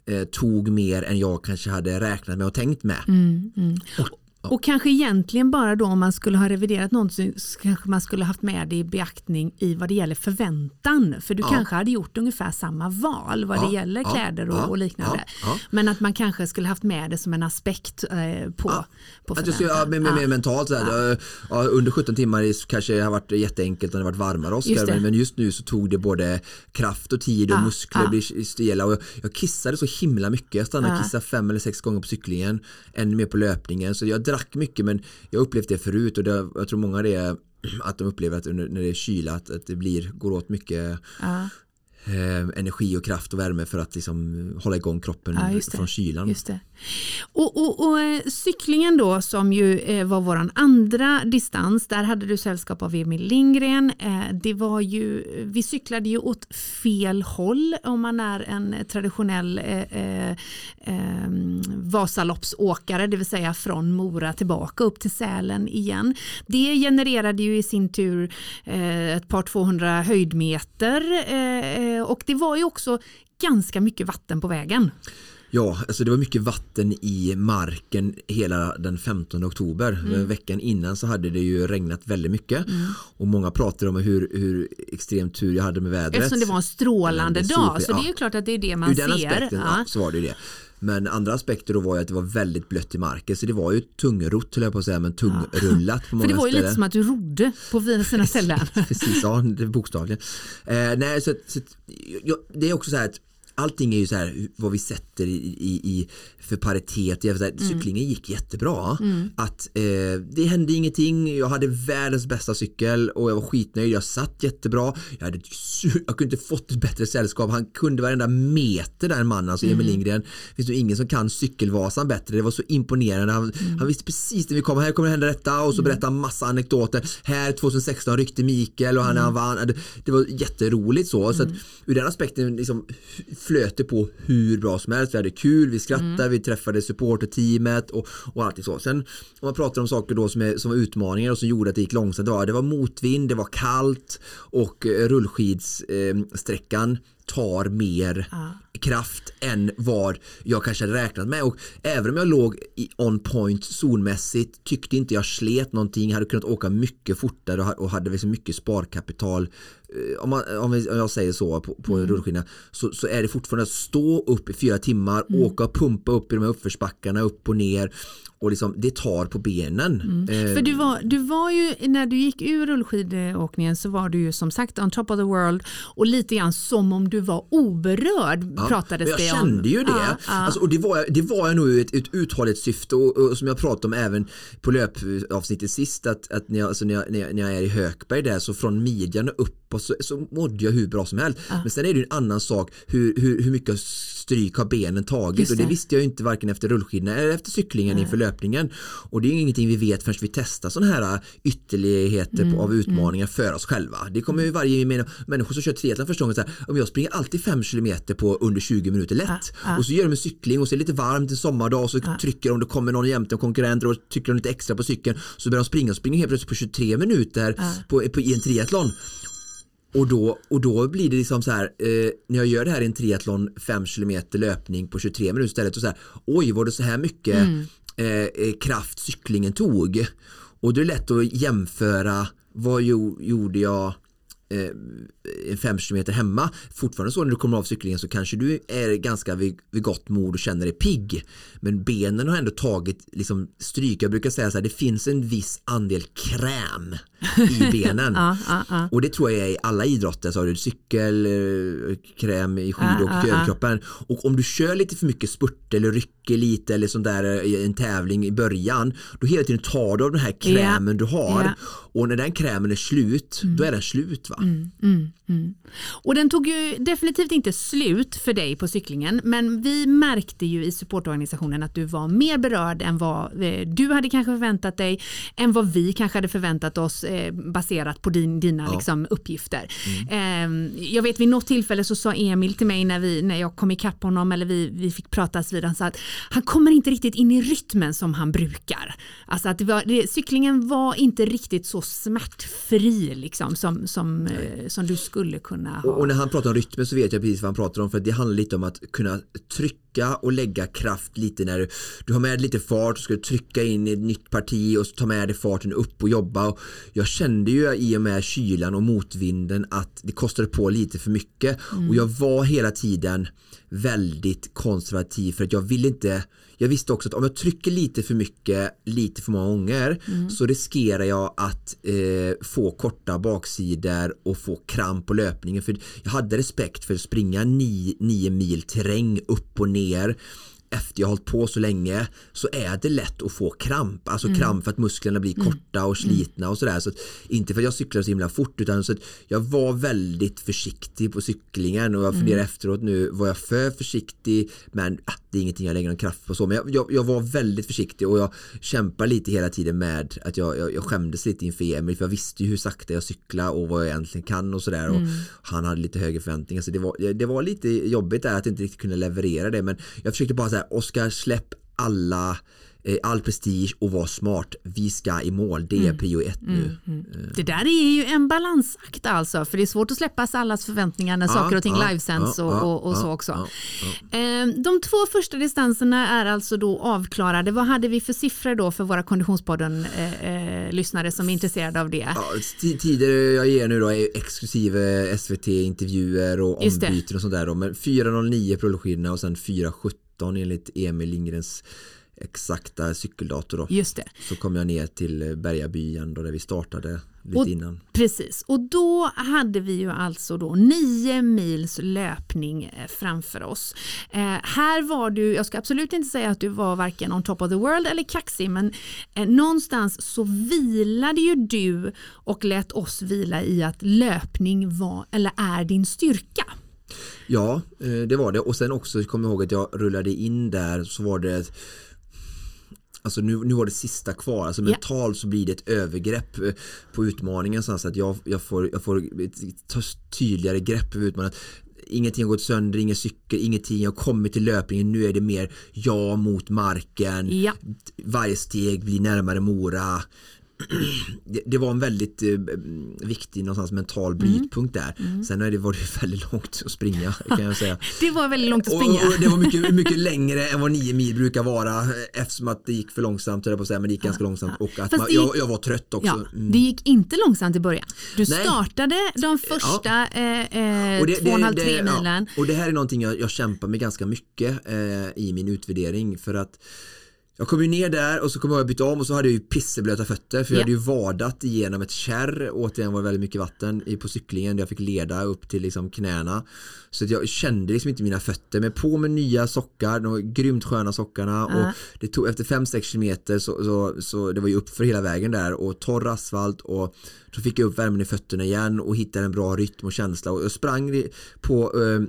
eh, tog mer än jag kanske hade räknat med och tänkt med. Mm, mm. Och, ja. och kanske egentligen bara då om man skulle ha reviderat något så kanske man skulle haft med det i beaktning i vad det gäller förväntan. För du ja. kanske hade gjort ungefär samma val vad ja. det gäller ja. kläder och, ja. och liknande. Ja. Ja. Men att man kanske skulle haft med det som en aspekt eh, på, ja. på att förväntan. Ja, med, med, med ja. mentalt så här, ja. Ja, under sjutton timmar kanske det har varit jätteenkelt och det har varit varmare Oskar, men, men just nu så tog det både kraft och tid och ja. muskler ja. blir stela och jag, jag kissade så himla mycket. Jag stannade ja. kissa fem eller sex gånger på cyklingen, ännu mer på löpningen, så jag drack mycket, men jag upplevde det förut och det, jag tror många det är att de upplever att när det är kyla att, att det blir, går åt mycket ja. eh, energi och kraft och värme för att liksom hålla igång kroppen ja, från kylan. Just det. Och, och, och cyklingen då som ju eh, var våran andra distans, där hade du sällskap av Emil Lindgren. Eh, det var ju, vi cyklade ju åt fel håll om man är en traditionell eh, eh, eh, Vasaloppsåkare, det vill säga från Mora tillbaka upp till Sälen igen. Det genererade ju i sin tur eh, ett par tvåhundra höjdmeter eh, och det var ju också ganska mycket vatten på vägen. Ja, alltså det var mycket vatten i marken hela den femtonde oktober. Mm. Veckan innan så hade det ju regnat väldigt mycket. Mm. Och många pratade om hur, hur extremt tur jag hade med vädret. Eftersom det var en strålande det dag, så ja. det är ju klart att det är det man Ur den ser. aspekten, ja. Ja, så var det ju det. Men andra aspekter då var ju att det var väldigt blött i marken. Så det var ju tungrott, höll jag på att säga, men tungrullat ja. på många ställen. För det var ju ställen. Lite som att du rodde på sina ställen. Precis, ja, det bokstavligen. Eh, nej, så, så ja, det är också så här att allting är ju så här vad vi sätter i, i, i för paritet. Jag säga, mm. Cyklingen gick jättebra. Mm. Att eh, det hände ingenting. Jag hade världens bästa cykel och jag var skitnöjd. Jag satt jättebra. Jag hade jag kunde inte fått ett bättre sällskap. Han kunde varenda meter där mannen, alltså Emil mm. Lindgren. Det finns ju ingen som kan cykelvasan bättre. Det var så imponerande. Han, mm. han visste precis när vi kom. Här kommer det hända detta och så berättade han massa anekdoter. Här tjugohundrasexton ryckte Mikael och han, mm. han vann. Det, det var jätteroligt så. Mm. Så att ur den aspekten liksom flöt det på hur bra som helst. Vi hade kul, vi skrattade, mm. vi träffade supporterteamet och, och allt så. Sen om man pratar om saker då som, är, som var utmaningar och som gjorde att det gick långsamt. Ja, det var motvind, det var kallt och eh, rullskidssträckan eh, tar mer ah. kraft än vad jag kanske hade räknat med. Och även om jag låg i on point zonmässigt tyckte inte jag slet någonting, hade kunnat åka mycket fortare och hade liksom mycket sparkapital. Om, man, om jag säger så på, på mm. rullskidorna så, så är det fortfarande att stå upp i fyra timmar, mm. åka och pumpa upp i de här uppförsbackarna, upp och ner. Och liksom, det tar på benen. Mm. Eh. För du var, du var ju, när du gick ur rullskidåkningen så var du ju som sagt on top of the world och lite grann som om du var oberörd, ja, pratades det om. Jag kände ju det. Ja, ja. Alltså, och det var, det var jag nog ett, ett uthålligt syfte och, och som jag pratade om även på löpavsnittet sist att, att när, jag, alltså när, jag, när, jag, när jag är i Hökberg där så från midjan och upp och så, så mådde jag hur bra som helst. Ja. Men sen är det ju en annan sak hur, hur, hur mycket stryk har benen tagit det. Och det visste jag ju inte varken efter rullskidorna eller efter cyklingen Nej. inför löpningen. Och det är ju ingenting vi vet förrän vi testar sådana här ytterligheter mm, av utmaningar mm. för oss själva. Det kommer ju varje människor som kör triathlon förstår gång så här, om jag springer alltid fem kilometer på under tjugo minuter lätt ah, ah. och så gör de en cykling och så är det lite varmt en sommardag och så ah. trycker de, det kommer någon jämte och konkurrenter och trycker de lite extra på cykeln så börjar de springa och springer helt plötsligt på tjugotre minuter ah. på, på, i en triathlon. Och då, och då blir det liksom så här eh, när jag gör det här i en triathlon fem kilometer löpning på tjugotre minuter istället och så här, oj var det så här mycket mm. eh, kraft cyklingen tog och det är lätt att jämföra vad jo, gjorde jag eh, fem kilometer hemma. Fortfarande så när du kommer av cyklingen så kanske du är ganska vid, vid gott mod och känner dig pigg. Men benen har ändå tagit liksom stryk. Jag brukar säga så här, det finns en viss andel kräm i benen. ah, ah, ah. Och det tror jag är i alla idrotter. Så har du cykel, kräm i skidor och ah, överkroppen. Ah. Och om du kör lite för mycket spurt eller rycker lite eller sån där i en tävling i början, då hela tiden tar du av den här krämen yeah. du har. Yeah. Och när den krämen är slut, mm. då är den slut va? Mm, mm, mm. Och den tog ju definitivt inte slut för dig på cyklingen, men vi märkte ju i supportorganisationen att du var mer berörd än vad du hade kanske förväntat dig, än vad vi kanske hade förväntat oss eh, baserat på din, dina ja. liksom, uppgifter. Mm. Eh, jag vet vid något tillfälle så sa Emil till mig när, vi, när jag kom ikapp honom eller vi, vi fick pratas vid, han sa att han kommer inte riktigt in i rytmen som han brukar. Alltså att det var, det, cyklingen var inte riktigt så smärtfri liksom, som, som, eh, som du skulle kunna ha. Och, och när han pratar om rytmen så vet jag precis vad han pratar om, för det handlar lite om att kunna trycka trycka och lägga kraft lite när du, du har med lite fart och ska trycka in i ett nytt parti och ta med dig farten upp och jobba. Och jag kände ju i och med kylan och motvinden att det kostade på lite för mycket mm. och jag var hela tiden väldigt konservativ för att jag ville inte, jag visste också att om jag trycker lite för mycket lite för många gånger mm. så riskerar jag att eh, få korta baksidor och få kramp på löpningen, för jag hade respekt för att springa nio, nio mil terräng upp och ner efter jag har hållit på så länge, så är det lätt att få kramp. Alltså mm. kramp för att musklerna blir korta och slitna och sådär. Så att, inte för att jag cyklar så himla fort, utan så att jag var väldigt försiktig på cyklingen, och jag funderar mm. efteråt nu, var jag för försiktig, men ah, det är ingenting jag lägger någon kraft på så, men jag, jag, jag var väldigt försiktig och jag kämpar lite hela tiden med att jag, jag, jag skämdes lite inför Emil, för jag visste ju hur sakta jag cyklar och vad jag egentligen kan och sådär, och mm. han hade lite högre förväntningar, så det var, det var lite jobbigt där att inte riktigt kunna leverera det, men jag försökte bara säga, Oskar, släpp alla eh, all prestige och var smart. Vi ska i mål. Det är mm. prio ett nu. Mm. Mm. Det där är ju en balansakt alltså, för det är svårt att släppa allas förväntningar när ja, saker och ting ja, livesänds ja, och, och, och ja, så också. Ja, ja. De två första distanserna är alltså då avklarade. Vad hade vi för siffror då för våra Konditionspodden-lyssnare eh, som är intresserade av det? Ja, tider jag ger nu då är exklusive S V T-intervjuer och ombyten och sånt där då. Men fyra noll nio prologsskidorna och sen fyra sjutton enligt Emil Lindgrens exakta cykeldator då. Just det. Så kom jag ner till Bergabyen då, där vi startade lite och, innan. Precis, och då hade vi ju alltså då nio mils löpning framför oss. Eh, här var du, jag ska absolut inte säga att du var varken on top of the world eller kaxig, men eh, någonstans så vilade ju du och lät oss vila i att löpning var eller är din styrka. Ja, det var det. Och sen också kommer jag ihåg att jag rullade in där, så var det alltså nu, nu var det sista kvar. Alltså mentalt så blir det ett övergrepp på utmaningen, så att jag, jag, får, jag får ett tydligare grepp över utmaningen. Ingenting har gått sönder, ingen cykel, ingenting har kommit till löpningen. Nu är det mer jag mot marken. Ja. Varje steg blir närmare Mora. Det, det var en väldigt eh, viktig någonstans mental brytpunkt där. Mm. Sen är det, var det väldigt långt att springa, kan jag säga. Det var väldigt långt att springa. Och, och det var mycket, mycket längre än vad nio mil brukar vara, eftersom att det gick för långsamt, på att säga, men det gick ganska långsamt, och att man, jag, jag var trött också. Ja, mm. Det gick inte långsamt i början. Du Nej. startade de första ja. eh, två och en halv, tre milen. Ja. Och det här är någonting jag, jag kämpar med ganska mycket eh, i min utvärdering, för att jag kom ju ner där och så kom jag byta om, och så hade jag ju pisseblöta fötter, för jag yeah. hade ju vadat igenom ett kärr, återigen var det väldigt mycket vatten på cyklingen där jag fick leda upp till liksom knäna, så att jag kände liksom inte mina fötter, men på med nya sockar, de var grymt sköna sockarna, uh. och det tog efter fem sex kilometer så, så, så det var ju upp för hela vägen där, och torr asfalt, och så fick jag upp värmen i fötterna igen och hittade en bra rytm och känsla, och jag sprang på eh,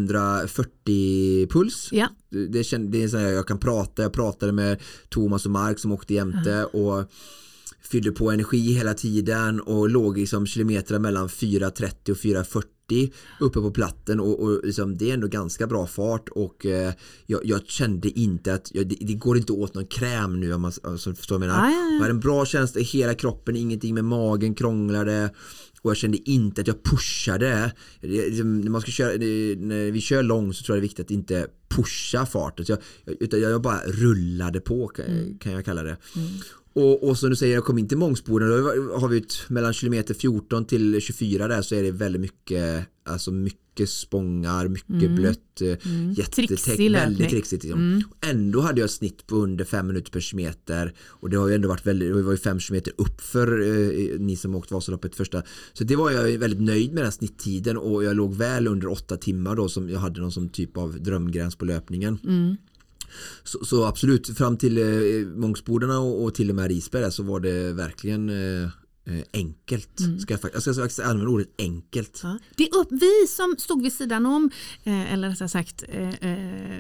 hundrafyrtio puls. Ja. Det, känd, det är så här, jag kan prata, jag pratade med Thomas och Mark som åkte jämte mm. och fyllde på energi hela tiden, och låg liksom kilometer mellan fyra trettio och fyra fyrtio uppe på platten, och, och liksom, det är ändå ganska bra fart, och eh, jag, jag kände inte att jag, det, det går inte åt någon kräm nu, om man alltså, förstår vad jag menar. Ah, ja, ja. Jag hade en bra känsla i hela kroppen, ingenting med magen krånglade, och jag kände inte att jag pushade. När man ska köra, när vi kör långt så tror jag det är viktigt att inte pusha farten, så jag, utan jag bara rullade på, kan, mm. kan jag kalla det. Mm. Och, och som du säger, jag kom in till Mångsboden, då har vi ett, mellan kilometer fjorton till tjugofyra där, så är det väldigt mycket, alltså mycket spångar, mycket mm. blött, mm. jättetäckt, väldigt trixigt. Liksom. Mm. Ändå hade jag ett snitt på under fem minuter per kilometer, och det har ju ändå varit väldigt, det var ju fem kilometer upp för eh, ni som åkt Vasaloppet första, så det var jag väldigt nöjd med den snitttiden, och jag låg väl under åtta timmar då, som jag hade någon som typ av drömgräns på löpningen. Mm. Så, så absolut, fram till eh, Mångsbodarna och, och till och med Risberg så var det verkligen eh, enkelt. Mm. Ska jag, jag ska faktiskt använda ordet enkelt. Ja. Det är upp, vi som stod vid sidan om, eh, eller rättare sagt eh, eh,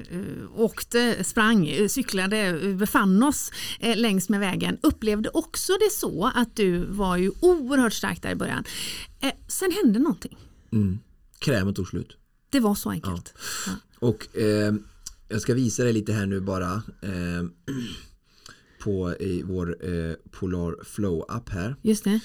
åkte, sprang, cyklade, befann oss eh, längs med vägen, upplevde också det så att du var ju oerhört stark där i början. Eh, sen hände någonting. Mm. Krämen tog slut. Det var så enkelt. Ja. Ja. Och eh, jag ska visa dig lite här nu bara eh, på i vår eh, Polar Flow app här. Just det.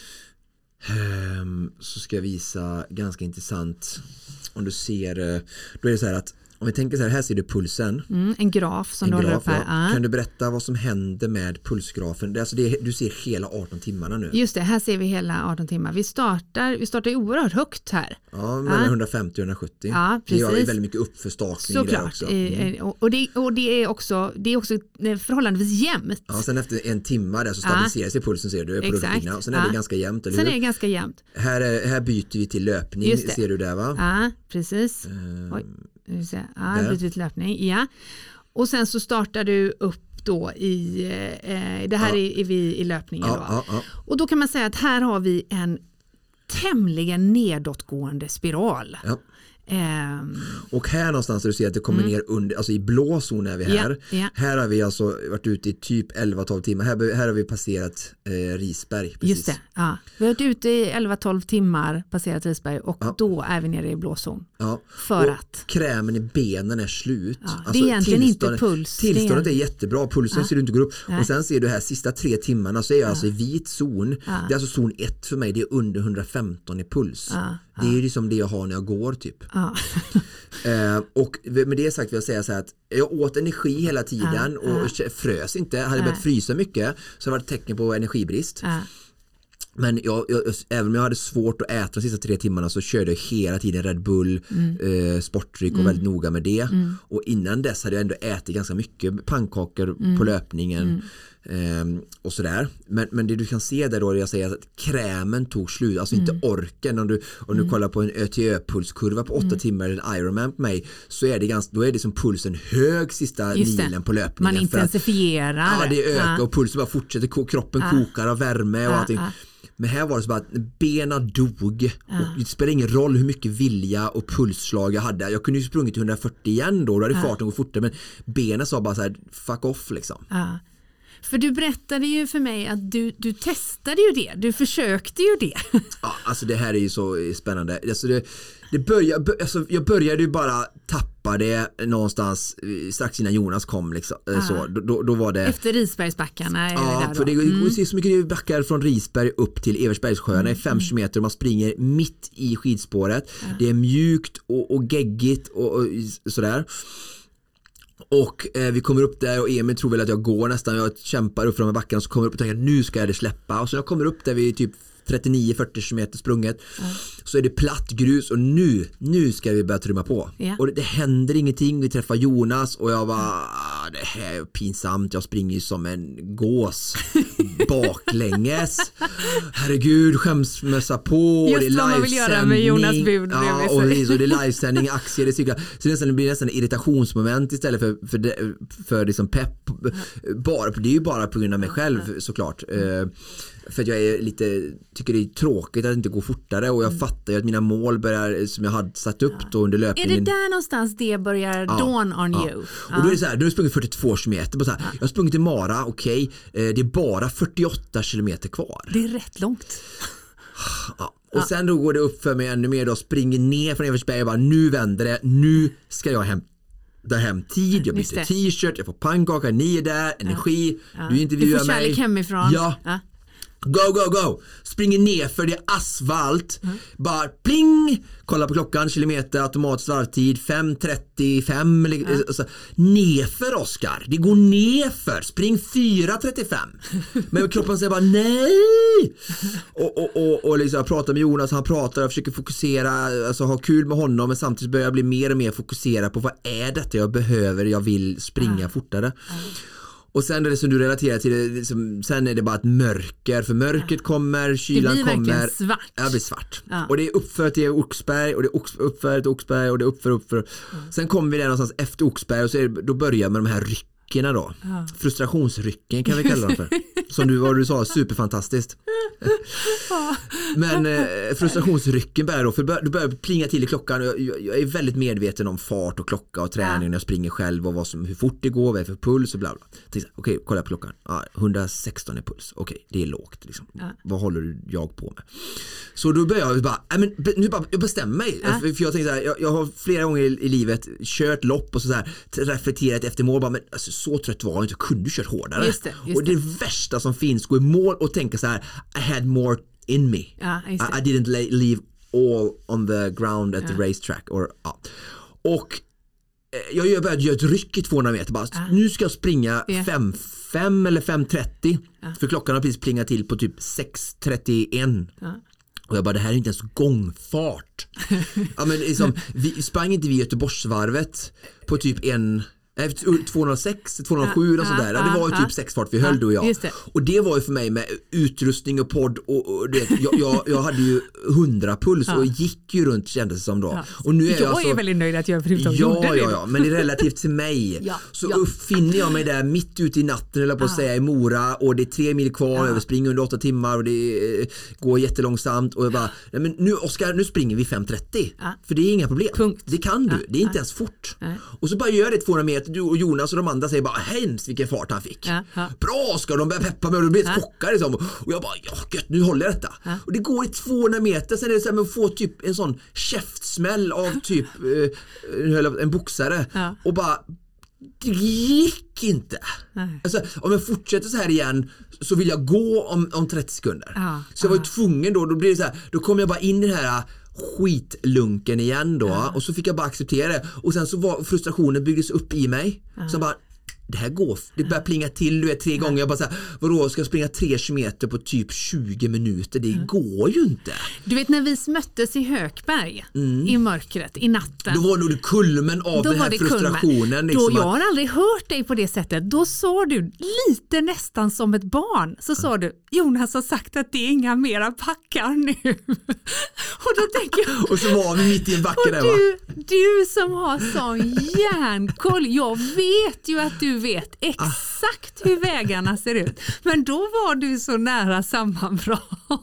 Eh, så ska jag visa ganska intressant. Om du ser, då är det så här att Om vi tänker så här, här ser du pulsen. Mm, en graf som en du graf, håller upp här. ja. Ja. Kan du berätta vad som händer med pulsgrafen? Det är alltså det, du ser hela arton timmarna nu. Just det, här ser vi hela arton timmar. Vi startar, vi startar oerhört högt här. Ja, mellan ja. hundrafemtio och hundrasjuttio. Ja, precis. Det är väldigt mycket uppförstakning Såklart. där också. Mm. Och, och, det, och det är också, det är också förhållandevis jämnt. Ja, sen efter en timme där så stabiliserar sig ja. pulsen, ser du, på rullfingrar. Och sen är ja. det ganska jämnt, eller Sen hur? är det ganska jämnt. Här, är, här byter vi till löpning, ser du där va? Ja, precis. Uh, Oj. Ja, byter till löpning, ja. Och sen så startar du upp då i, eh, det här ja. är, är vi i löpningen ja, då. Ja, ja. Och då kan man säga att här har vi en tämligen nedåtgående spiral. Ja. Um, och här någonstans där du ser att det kommer mm. ner under, alltså i blå zon är vi här. Yeah, yeah. Här har vi alltså varit ute i typ elva tolv timmar. Här, här har vi passerat eh, Risberg. Precis. Just det, ja. Vi har varit ute i elva tolv timmar, passerat Risberg och ja. då är vi nere i blå zon. Ja. För och att krämen i benen är slut. Ja, alltså, det är egentligen inte puls. Tillståndet det är... är jättebra, pulsen ja. ser du inte går upp. Nej. Och sen ser du här sista tre timmarna så är jag ja. alltså i vit zon. Ja. Det är alltså zon ett för mig, det är under hundrafemton i puls. Ja. Det är ju liksom det jag har när jag går typ. Ja. eh, och med det sagt vill jag säga så här att jag åt energi hela tiden ja. och ja. frös inte. Hade jag börjat frysa mycket så var det tecken på energibrist. Ja. Men jag, jag, även om jag hade svårt att äta de sista tre timmarna så körde jag hela tiden Red Bull, mm. eh, sportdryck och mm. väldigt noga med det. Mm. Och innan dess hade jag ändå ätit ganska mycket pannkakor mm. på löpningen mm. eh, och sådär. Men, men det du kan se där då är jag säger att krämen tog slut, alltså mm. inte orken. Om du, om du mm. kollar på en Ö T Ö-pulskurva på åtta mm. timmar eller en Ironman på mig så är det ganska, då är det som pulsen hög sista milen på löpningen. Man intensifierar. Att, ja, det ökar ja. och pulsen bara fortsätter, kroppen ja. kokar av värme och ja. allting. Ja. Men här var det så bara att benen dog. Ja. Och det spelar ingen roll hur mycket vilja och pulsslag jag hade. Jag kunde ju sprungit till hundrafyrtio igen då. Då hade ja. farten gått fortare. Men benen sa bara så här, fuck off liksom. Ja. För du berättade ju för mig att du, du testade ju det. Du försökte ju det. Ja, alltså det här är ju så spännande. Alltså det, det började, alltså jag började ju bara tappa det någonstans strax innan Jonas kom. Liksom. Ja. Så, då, då var det... Efter Risbergsbackarna? Ja, det där för det går mm. se så mycket backar från Risberg upp till Eversbergssjöarna mm. i fem kilometer och man springer mitt i skidspåret. Ja. Det är mjukt och, och geggigt och, och sådär. Och eh, vi kommer upp där och Emil tror väl att jag går nästan, jag kämpar upp från backen och så kommer jag upp och tänker nu ska jag det släppa och så jag kommer upp där vid typ trettionio fyrtio kilometer sprunget mm. så är det platt grus och nu nu ska vi börja trymma på yeah. och det, det händer ingenting, vi träffar Jonas och jag bara mm. det här är pinsamt, jag springer ju som en gås baklänges herregud, skämsmössa på just det är vad man vill göra med Jonas bud ja, och, och det är livesändning, aktier, det cyklar så nästan, det blir nästan irritationsmoment istället för, för, för, för liksom pepp mm. bara, det är ju bara på grund av mig själv såklart mm. för att jag är lite, tycker det är tråkigt att det inte går fortare och jag mm. fattar ju att mina mål börjar, som jag hade satt upp ja. då under löpningen. Är det där någonstans det börjar ja. dawn on ja. you? Ja. Och då är det så här, du har sprungit fyrtiotvå kilometer, så här, ja. jag har sprungit till Mara, okej, okay, det är bara fyrtioåtta kilometer kvar. Det är rätt långt. Ja. Och ja. sen då går det upp för mig ännu mer, då springer ner från Eversberg och bara, nu vänder det, nu ska jag hem där hem tid, jag byter t-shirt, jag får pannkaka, ni är där, energi, ja. du intervjuar mig. Du får kärlek hemifrån. Ja. ja. Go, go, go. Springer ner för det är asfalt. Mm. Bara pling. Kolla på klockan, kilometer, automatisk varvtid fem trettiofem. Mm. Alltså, nerför Oskar. Det går nerför. Spring fyra trettiofem. Men kroppen säger bara nej. Och, och, och, och liksom, jag pratar med Jonas, han pratar och försöker fokusera, alltså ha kul med honom, men samtidigt börjar jag bli mer och mer fokuserad på vad är detta jag behöver, jag vill springa mm. fortare. Mm. Och sen är det som du relaterar till det, liksom, sen är det bara ett mörker, för mörkret ja. kommer, kylan kommer. Det blir verkligen svart. Ja, det blir svart. Ja. Och det är uppför till Oxberg och det är uppför till Oxberg och det är uppför uppför. Mm. Sen kommer vi där någonstans efter Oxberg och så är det, då börjar med de här ryckerna då. Ja. Frustrationsrycken kan vi kalla dem för. Som du, vad du sa, superfantastiskt. Ja. Men eh, frustrationsrycken börjar då, för du börjar plinga till i klockan. Jag, jag är väldigt medveten om fart och klocka och träning ja. när jag springer själv och vad som, hur fort det går, vad är för puls och bla bla. Okej, okay, kolla på klockan. Ja, hundrasexton är puls. Okej, okay, det är lågt liksom. Ja. Vad håller jag på med? Så då börjar jag bara, nej men nu bara, jag bestämmer mig. Ja. För, för jag tänker så här, jag, jag har flera gånger i, i livet kört lopp och så där, reflekterat efter mål, bara, men alltså, så trött var jag inte, kunde du kört hårdare. Just det, just och det, det värsta som finns, gå i mål och tänka så här, I had more in me. Ja, I, I didn't leave all on the ground at ja. the racetrack. Or, ja. Och jag gör bara ett ryck i tvåhundra meter bara. Ah. Nu ska jag springa yeah. fem fem eller fem trettio ah. för klockan har precis plingat till på typ sex trettioen. Ah. Och jag bara, det här är inte ens gångfart. Ja, men liksom, vi sprang inte vid Göteborgsvarvet på typ en tvåhundrasex, tvåhundrasju och sådär. Det var ju typ sex fart vi höll då och jag. Det. Och det var ju för mig med utrustning och podd och, och det, jag, jag, jag hade ju hundra puls och gick ju runt kändes det som då. Och nu är jag, jag alltså, är väldigt nöjd att jag förutom ja, gjorde det. Ja, ja, men relativt till mig ja, så ja. finner jag mig där mitt ute i natten eller på att säga i Mora och det är tre mil kvar och jag springer under åtta timmar och det eh, går jättelångsamt och jag bara, nej, men nu Oskar, nu springer vi fem trettio ja. för det är inga problem. Punkt. Det kan du, ja. det är inte ens fort. Ja. Och så bara gör det tvåhundra meter. Du och Jonas och de andra säger bara hemskt vilken fart han fick. Ja, ja. Bra ska de börja peppa mig och de blir ja. chockade liksom. Och jag bara, ja gött, nu håller jag detta. Ja. Och det går i tvåhundra meter, sen är det så här med att få typ en sån käftsmäll av typ eh, en boxare. Ja. Och bara, det gick inte. Alltså, om jag fortsätter så här igen så vill jag gå om, om trettio sekunder. Ja. Så jag var ju tvungen då, då blir det så här, då kom jag bara in i det här skitlunken igen då ja. och så fick jag bara acceptera det och sen så var frustrationen byggdes upp i mig ja. så bara det här går, det börjar plinga till du är tre ja. gånger jag bara såhär, vadå ska jag springa tre kilometer på typ tjugo minuter, det ja. går ju inte. Du vet när vi möttes i Hökberg mm. i mörkret i natten, då var nog det kulmen av då den här frustrationen liksom, då jag har aldrig hört dig på det sättet, då sa du lite nästan som ett barn, så sa du, Jonas har sagt att det är inga mera packar nu. Och då tänker jag, och så var vi mitt i en backe där, du, va? Du som har sån järnkoll, jag vet ju att du vet exakt hur vägarna ser ut. Men då var du så nära sammanbrott.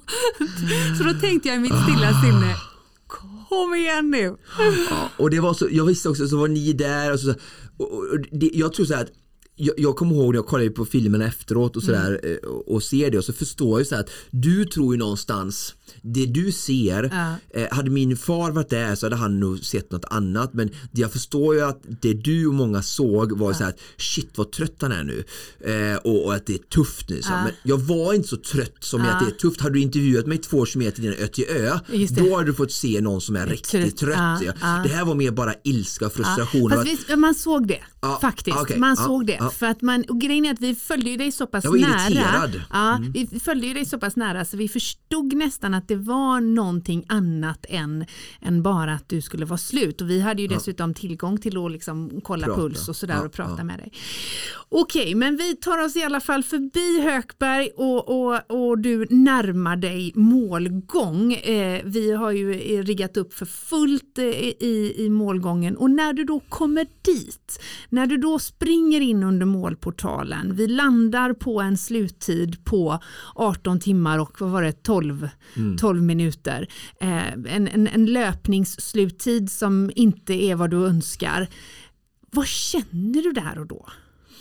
Så då tänkte jag i mitt stilla sinne, kom igen nu. Ja, och det var så, jag visste också, så var ni där och så, och, och det, jag tror så här att Jag, jag kommer ihåg när jag kollade på filmerna efteråt och sådär mm. och, och ser det och så förstår jag så att du tror ju någonstans det du ser ja. eh, hade min far varit där så hade han nog sett något annat, men jag förstår ju att det du och många såg var ja. så här att shit vad trött han är nu eh, och, och att det är tufft nu så. Ja. Men jag var inte så trött som ja. att det är tufft. Hade du intervjuat mig två kilometer innan Ötjö då hade du fått se någon som är riktigt trött, trött. Ja. Ja. Det här var mer bara ilska och frustration. Ja. Fast visst, man såg det ja. faktiskt, okay. man ja. såg det ja. för att man, och grejen är att vi följde ju dig så pass nära ja, mm. vi följde ju dig så pass nära så vi förstod nästan att det var någonting annat än, än bara att du skulle vara slut, och vi hade ju dessutom ja. tillgång till att liksom kolla prata. puls och sådär ja, och prata ja. med dig. Okej, men vi tar oss i alla fall förbi Hökberg och, och, och du närmar dig målgång. Eh, vi har ju riggat upp för fullt eh, i, i målgången, och när du då kommer dit, när du då springer in under målportalen, vi landar på en sluttid på arton timmar och vad var det, tolv, mm. tolv minuter. Eh, en, en, en löpningssluttid som inte är vad du önskar. Vad känner du där och då?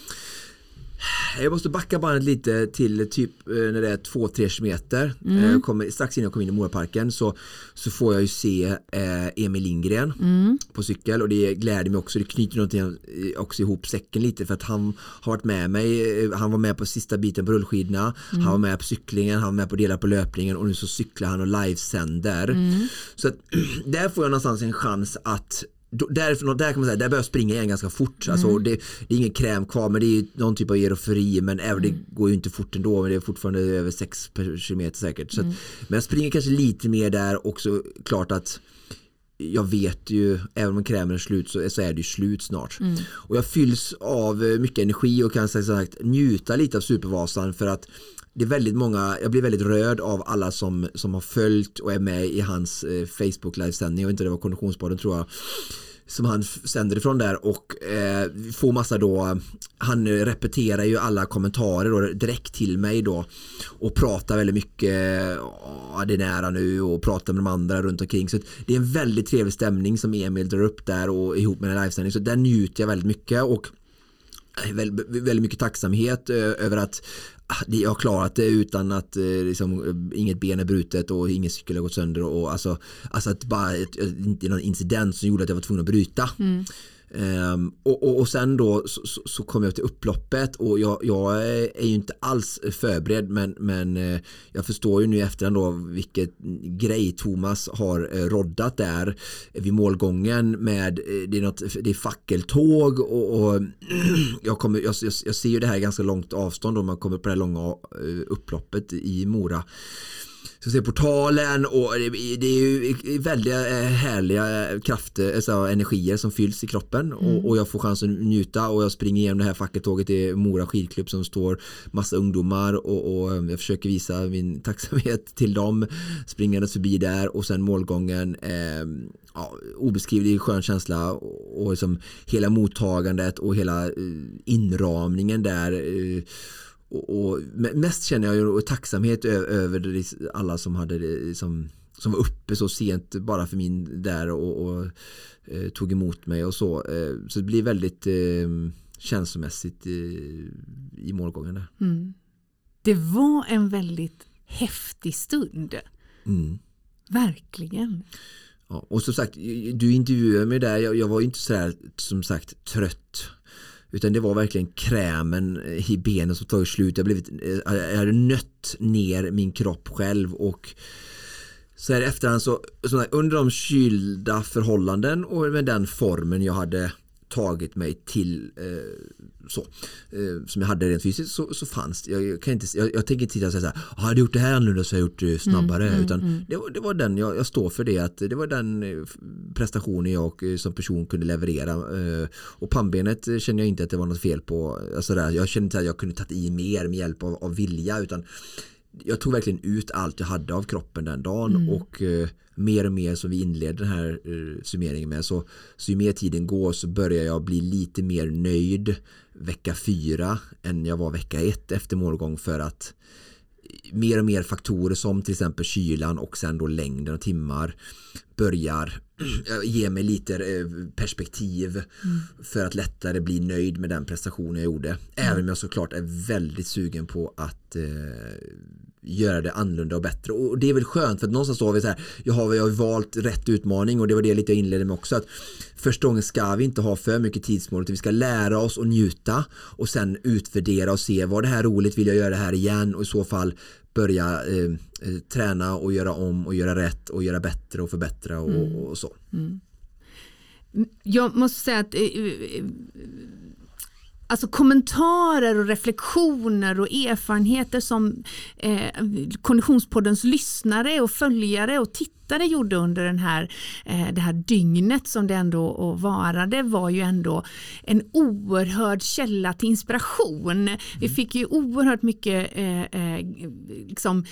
Jag måste backa bandet lite till typ när det är två tre kilometer. Mm. Kommer, strax innan jag kom in i Moraparken så, så får jag ju se eh, Emil Lindgren mm. på cykel, och det gläder mig också. Det knyter någonting också ihop säcken lite, för att han har varit med mig. Han var med på sista biten på rullskidorna. Mm. Han var med på cyklingen, han var med på delar på löpningen, och nu så cyklar han och livesänder. Mm. Så att, där får jag någonstans en chans att Där, där kan man säga, där börjar jag springa igen ganska fort. Mm. Alltså, det, det är ingen kräm kvar, men det är någon typ av eroferi, men även mm. det går ju inte fort ändå, men det är fortfarande över sex kilometer säkert. Så att, mm. men jag springer kanske lite mer där också. Klart att jag vet ju, även om krämen är slut så, så är det ju slut snart. Mm. Och jag fylls av mycket energi och kan så sagt njuta lite av Supervasan, för att det är väldigt många, jag blir väldigt rörd av alla som, som har följt och är med i hans eh, Facebook livesändning. Jag vet inte, det var Konditionspodden tror jag som han sänder ifrån där, och eh, får massa då, han repeterar ju alla kommentarer då, direkt till mig då, och pratar väldigt mycket, ja, det är nära nu, och pratar med de andra runt omkring, så det är en väldigt trevlig stämning som Emil drar upp där och ihop med en livesändning, så där njuter jag väldigt mycket, och väldigt, väldigt mycket tacksamhet över att jag har klarat det utan att liksom, inget ben är brutet och ingen cykel har gått sönder, och alltså, alltså att bara ett, inte någon incident som gjorde att jag var tvungen att bryta. Mm. Um, och, och, och sen då så, så, så kom jag till upploppet och jag, jag är ju inte alls förberedd men, men uh, jag förstår ju nu efterhand då vilket grej Thomas har uh, roddat där vid målgången med uh, det är något, det är fackeltåg och, och jag, kommer, jag, jag, jag ser ju det här ganska långt avstånd om man kommer på det här långa uh, upploppet i Mora. Så ser portalen och det är ju väldigt härliga krafter, alltså energier som fylls i kroppen mm. och, och jag får chansen att njuta och jag springer igenom det här fackeltåget i Mora skidklubb som står massa ungdomar och, och jag försöker visa min tacksamhet till dem springandes förbi där och sen målgången eh, ja, obeskrivlig skön känsla och, och liksom hela mottagandet och hela eh, inramningen där eh, Och, och mest känner jag ju tacksamhet över alla som hade som, som var uppe så sent bara för min där och, och eh, tog emot mig och så. Eh, så det blir väldigt eh, känslomässigt i, i målgången där. Mm. Det var en väldigt häftig stund. Mm. Verkligen. Ja, och som sagt, du intervjuade mig där. Jag, jag var ju inte så där, som sagt, trött. Utan det var verkligen krämen i benen som tagit slut. Jag, blivit, jag hade nött ner min kropp själv och så här efterhand så, så här, under de kylda förhållanden och med den formen jag hade tagit mig till eh, så eh, som jag hade rent fysiskt så, så fanns det. Jag, jag, kan inte, jag, jag tänker inte titta och säga så här, har jag gjort det här annorlunda så har jag gjort det snabbare mm, utan mm, det var, det var den, jag, jag står för det att det var den prestationen jag som person kunde leverera eh, och pannbenet känner jag inte att det var något fel på alltså där, jag kände inte att jag kunde tagit i mer med hjälp av, av vilja utan jag tog verkligen ut allt jag hade av kroppen den dagen mm. och eh, mer och mer som vi inleder den här eh, summeringen med så, så ju mer tiden går så börjar jag bli lite mer nöjd vecka fyra än jag var vecka ett efter målgång för att mer och mer faktorer som till exempel kylan och sen då längden och timmar börjar ge mig lite perspektiv mm. för att lättare bli nöjd med den prestationen jag gjorde. Även om jag såklart är väldigt sugen på att eh, göra det annorlunda och bättre. Och det är väl skönt för att någonstans har vi så här, jag har, jag har valt rätt utmaning och det var det lite jag inledde med också att första gången ska vi inte ha för mycket tidsmål utan vi ska lära oss och njuta och sen utvärdera och se var det här roligt, vill jag göra det här igen och i så fall börja eh, eh, träna och göra om och göra rätt och göra bättre och förbättra och, mm. och så. Mm. Jag måste säga att eh, alltså kommentarer och reflektioner och erfarenheter som eh, Konditionspoddens lyssnare och följare och tittare gjorde under den här, eh, det här dygnet som det ändå varade var ju ändå en oerhörd källa till inspiration. Mm. Vi fick ju oerhört mycket eh, eh, liksom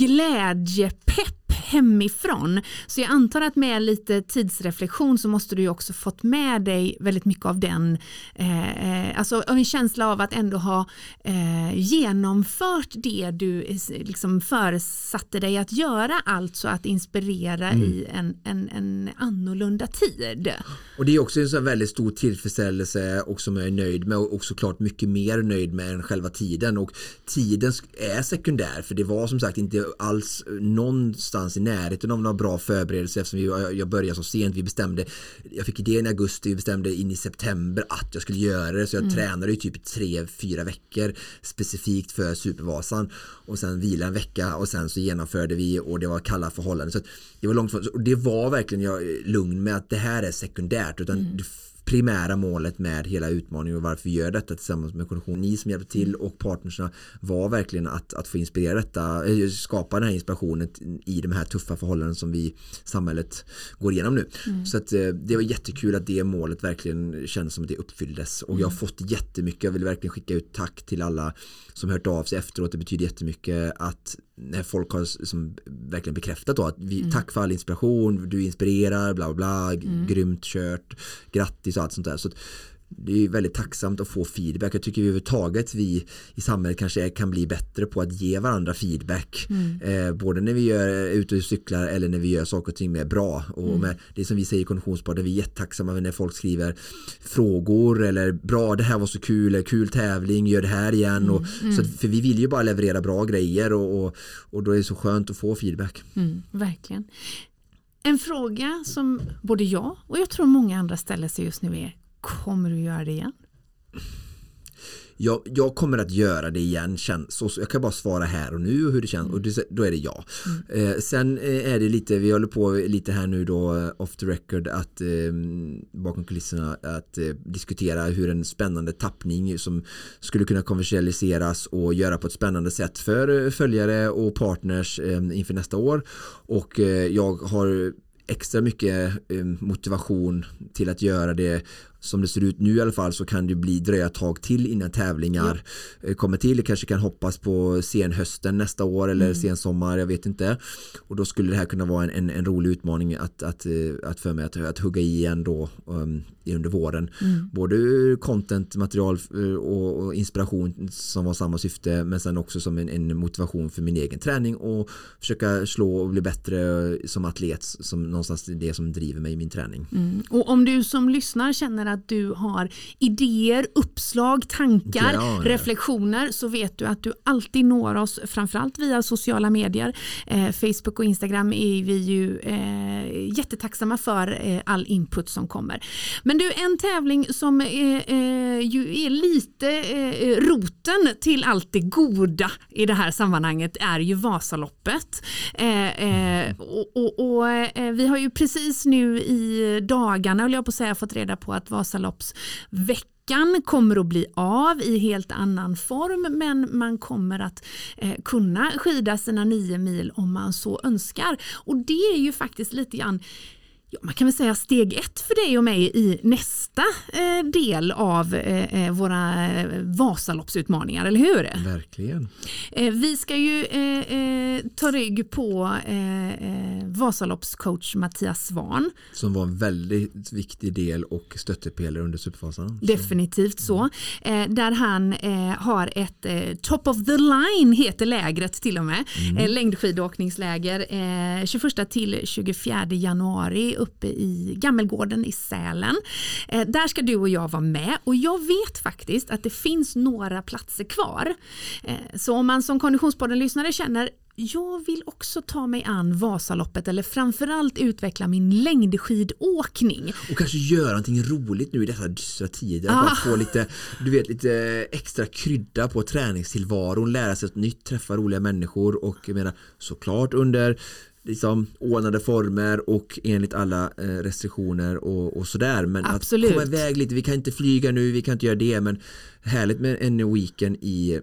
glädjepepp hemifrån. Så jag antar att med lite tidsreflektion så måste du ju också fått med dig väldigt mycket av den eh, alltså en känsla av att ändå ha eh, genomfört det du liksom föresatte dig att göra, alltså att inspirera mm. i en, en, en annorlunda tid. Och det är också en så väldigt stor tillfredsställelse och som jag är nöjd med och såklart mycket mer nöjd med än själva tiden och tiden är sekundär för det var som sagt inte alls någonstans i närheten av några bra förberedelser eftersom vi, jag började så sent. Vi bestämde, jag fick idén i augusti, vi bestämde in i september att jag skulle göra det så jag mm. tränade i typ tre, fyra veckor specifikt för Supervasan och sen vila en vecka och sen så genomförde vi och det var kalla förhållanden så att det var långt och det var verkligen jag lugn med att det här är sekundärt utan mm. det primära målet med hela utmaningen och varför vi gör detta tillsammans med kondition. Ni som hjälpte till och partnerserna var verkligen att, att få inspirera detta, skapa den här inspirationen i de här tuffa förhållanden som vi samhället går igenom nu. Mm. Så att det var jättekul att det målet verkligen kändes som att det uppfylldes och mm. jag har fått jättemycket, jag vill verkligen skicka ut tack till alla som hört av sig efteråt. Det betyder jättemycket att när folk har som verkligen bekräftat då att vi, mm. tack för all inspiration, du inspirerar, bla bla, bla mm. grymt kört, grattis och allt sånt där. Så det är väldigt tacksamt att få feedback. Jag tycker överhuvudtaget vi i samhället kanske kan bli bättre på att ge varandra feedback. Mm. Eh, både när vi gör ute och cyklar eller när vi gör saker och ting mer bra. Och mm. med det som vi säger i Konditionspodden, vi är jättetacksamma när folk skriver frågor eller bra, det här var så kul, eller kul tävling, gör det här igen. Mm. Och, mm. så, för vi vill ju bara leverera bra grejer och, och, och då är det så skönt att få feedback. Mm, verkligen. En fråga som både jag och jag tror många andra ställer sig just nu är Kommer du göra det igen? Jag, jag kommer att göra det igen. Så jag kan bara svara här och nu hur det känns. Och det, då är det ja. Mm. Eh, sen är det lite, vi håller på lite här nu då off the record att eh, bakom kulisserna att eh, diskutera hur en spännande tappning som skulle kunna kommersialiseras och göra på ett spännande sätt för följare och partners eh, inför nästa år. Och eh, jag har extra mycket eh, motivation till att göra det. Som det ser ut nu i alla fall så kan det bli dröja tag till innan tävlingar ja. kommer till. Det kanske kan hoppas på sen hösten nästa år eller mm. sen sommar, jag vet inte. Och då skulle det här kunna vara en, en, en rolig utmaning att, att, att för mig att, att hugga i igen då um, under våren. Mm. Både content, material och, och inspiration som var samma syfte, men sen också som en, en motivation för min egen träning och försöka slå och bli bättre som atlet, som någonstans det som driver mig i min träning. Mm. Och om du som lyssnar känner att du har idéer, uppslag, tankar, ja, ja. reflektioner, så vet du att du alltid når oss framförallt via sociala medier. Eh, Facebook och Instagram är vi ju eh, jättetacksamma för eh, all input som kommer. Men du, en tävling som eh, eh, ju är lite eh, roten till allt det goda i det här sammanhanget är ju Vasaloppet. Eh, eh, och och, och eh, vi har ju precis nu i dagarna, vill jag på säga, fått reda på att Vasaloppsveckan kommer att bli av i helt annan form, men man kommer att eh, kunna skida sina nio mil om man så önskar. Och det är ju faktiskt lite grann, ja, man kan väl säga steg ett för dig och mig i nästa eh, del av eh, våra Vasaloppsutmaningar, eller hur? Verkligen. Eh, vi ska ju eh, eh, ta rygg på eh, eh, Vasaloppscoach Mattias Svahn. Som var en väldigt viktig del och stöttepelare under Supervasan. Definitivt så. Eh, där han eh, har ett eh, top of the line heter lägret till och med. Mm. Eh, längdskidåkningsläger eh, tjugoförsta till tjugofjärde januari uppe i Gammelgården i Sälen. Eh, där ska du och jag vara med, och jag vet faktiskt att det finns några platser kvar. Eh, så om man som Konditionspodden-lyssnare känner jag vill också ta mig an Vasaloppet eller framförallt utveckla min längdskidåkning. Och kanske göra någonting roligt nu i dessa dystra tider. Ah. Att få lite, du vet, lite extra krydda på träningstillvaron, lära sig ett nytt, träffa roliga människor och jag menar, såklart under liksom ordnade former och enligt alla eh, restriktioner och, och sådär. Men absolut. Att komma iväg lite, vi kan inte flyga nu, vi kan inte göra det, men härligt med en weekend i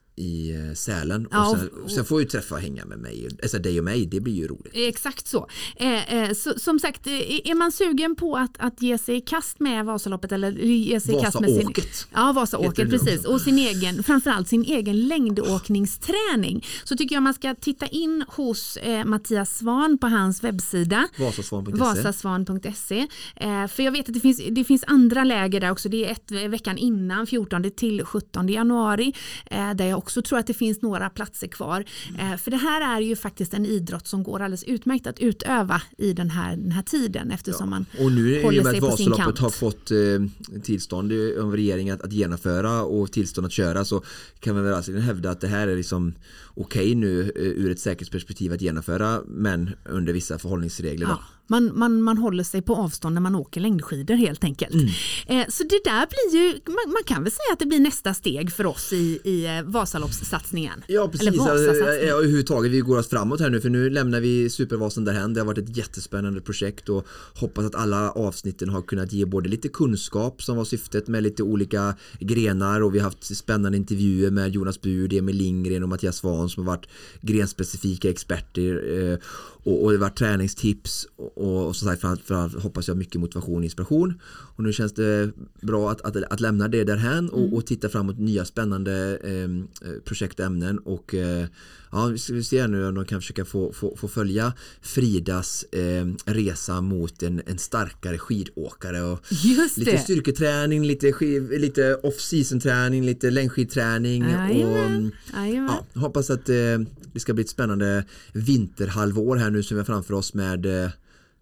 i Sälen och, ja, sen, och sen får ju träffa och hänga med mig, alltså dig och mig, det blir ju roligt. Exakt så. Eh, eh, så som sagt, är man sugen på att, att ge sig i kast med Vasaloppet eller ge sig i kast med sin, ja, Vasaåket, precis, och sin egen, framförallt sin egen längdåkningsträning, så tycker jag man ska titta in hos eh, Mattias Svahn på hans webbsida vasasvan punkt se vasasvan punkt se, eh, för jag vet att det finns, det finns andra läger där också, det är ett veckan innan fjortonde till sjuttonde januari eh, där jag också tror att det finns några platser kvar. Eh, för det här är ju faktiskt en idrott som går alldeles utmärkt att utöva i den här, den här tiden, eftersom ja. man och nu håller är sig på sin kant. Vasaloppet har fått eh, tillstånd av regeringen att, att genomföra och tillstånd att köra, så kan man väl alltså hävda att det här är liksom okej okay nu eh, ur ett säkerhetsperspektiv att genomföra, men under vissa förhållningsregler. Ja. Man, man, man håller sig på avstånd när man åker längdskidor helt enkelt. Mm. Eh, så det där blir ju, man, man kan väl säga att det blir nästa steg för oss i, i Vasaloppssatsningen. Ja, precis. Eller Vasasatsningen. Ja, överhuvudtaget, vi går oss framåt här nu, för nu lämnar vi Supervasan därhän. Det har varit ett jättespännande projekt och hoppas att alla avsnitten har kunnat ge både lite kunskap som var syftet med lite olika grenar, och vi har haft spännande intervjuer med Jonas Bud, Emil Lindgren och Mattias Svahn som har varit grenspecifika experter eh, och, och det har varit träningstips och, och, och som sagt för, för, för hoppas jag mycket motivation och inspiration, och nu känns det bra att, att, att lämna det därhän och, mm. och titta framåt nya spännande eh, projekt och ämnen, och eh, ja, vi ska se nu om de kan försöka få, få, få följa Fridas eh, resa mot en, en starkare skidåkare och Just lite det. styrketräning, lite, skiv, lite off-season träning, lite längdskidträning. Ajamän. Och Ajamän. Ja, hoppas att eh, det ska bli ett spännande vinterhalvår här nu som vi har framför oss med eh,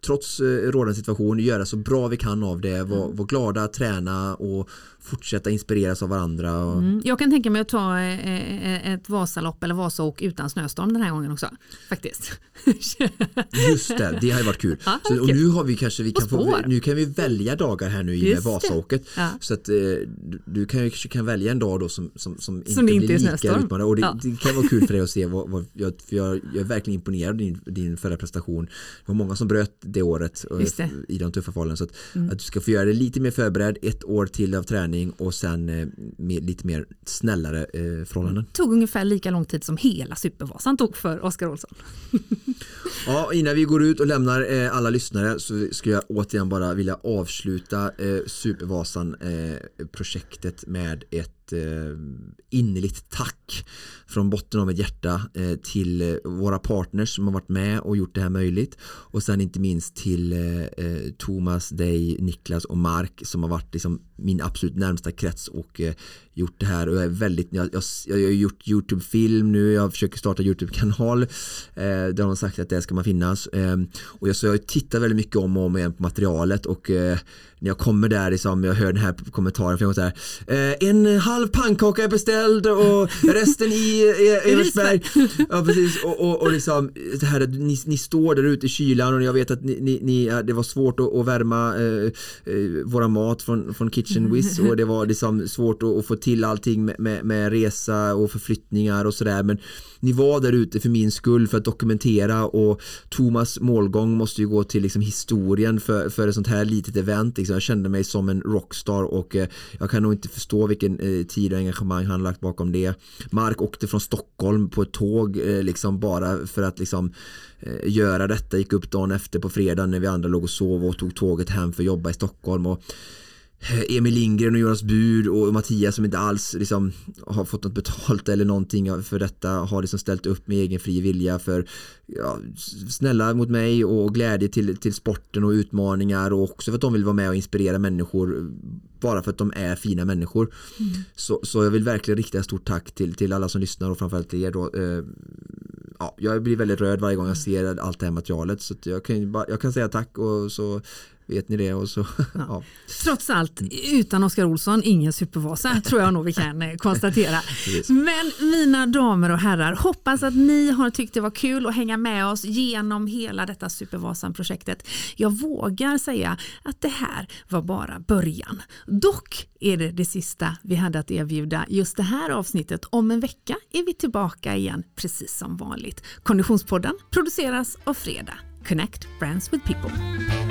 trots eh, rådande situation göra så bra vi kan av det, vara var glada, träna och fortsätta inspireras av varandra. Och... Mm. Jag kan tänka mig att ta eh, ett Vasalopp eller Vasaåk utan snöstorm den här gången också, faktiskt. Just det, det har ju varit kul. Ja, så, och kul. nu har vi kanske vi kan få, nu kan vi välja dagar här nu i Vasaåket. Ja. Så att eh, du, du kan ju kan välja en dag då som, som, som inte som blir inte lika utmanande. Och det, ja. det kan vara kul för dig att se vad, vad jag, för jag, jag är verkligen imponerad av din, din förra prestation. Det var många som bröt det året det. i de tuffa fallen. Så att, mm. att du ska få göra det lite mer förberedd, ett år till av träning och sen eh, med lite mer snällare eh, förhållanden. Det tog ungefär lika lång tid som hela Supervasan tog för Oskar Olsson. Ja, innan vi går ut och lämnar eh, alla lyssnare så skulle jag återigen bara vilja avsluta eh, Supervasan-projektet eh, med ett eh, innerligt tack från botten av mitt hjärta eh, till eh, våra partners som har varit med och gjort det här möjligt, och sen inte minst till eh, Thomas, dig, Niklas och Mark som har varit liksom min absolut närmsta krets och eh, gjort det här. Och jag är väldigt jag, jag, jag har gjort YouTube-film nu, jag försöker starta YouTube-kanal eh, där de har sagt att det ska man finnas eh, och jag, så jag tittar väldigt mycket om och om igen på materialet, och eh, när jag kommer där liksom, jag hör den här kommentaren för jag så här, eh, en halv pannkaka är beställd och resten i Eversberg. Ja, precis. Och, och, och liksom det här, ni, ni står där ute i kylan och jag vet att ni, ni, ni, det var svårt att, att värma eh, våra mat från, från Kitchen Wiz, och det var liksom svårt att, att få till allting med, med, med resa och förflyttningar och sådär, men ni var där ute för min skull för att dokumentera, och Thomas målgång måste ju gå till liksom historien för, för ett sånt här litet event. Liksom, jag kände mig som en rockstar, och eh, jag kan nog inte förstå vilken eh, tid och engagemang han lagt bakom det. Mark åkte från Stockholm på ett tåg eh, liksom bara för att liksom eh, göra detta, gick upp dagen efter på fredag när vi andra låg och sov och tog tåget hem för att jobba i Stockholm, och Emil Lindgren och Jonas Bud och Mattias som inte alls liksom har fått något betalt eller någonting för detta har liksom ställt upp med egen fri vilja för ja, snälla mot mig och glädje till, till sporten och utmaningar, och också för att de vill vara med och inspirera människor bara för att de är fina människor. Mm. Så, så jag vill verkligen rikta ett stort tack till, till alla som lyssnar och framförallt till er då. Eh, ja, jag blir väldigt röd varje gång jag ser allt det här materialet, så att jag, kan, jag kan säga tack, och så vet ni det, och så ja. Ja. Trots allt, utan Oskar Olsson ingen Supervasa, tror jag nog vi kan konstatera. Men mina damer och herrar, hoppas att ni har tyckt det var kul att hänga med oss genom hela detta Supervasan-projektet. Jag vågar säga att det här var bara början. Dock är det det sista vi hade att erbjuda just det här avsnittet. Om en vecka är vi tillbaka igen, precis som vanligt. Konditionspodden produceras av Fredag. Connect Brands with People.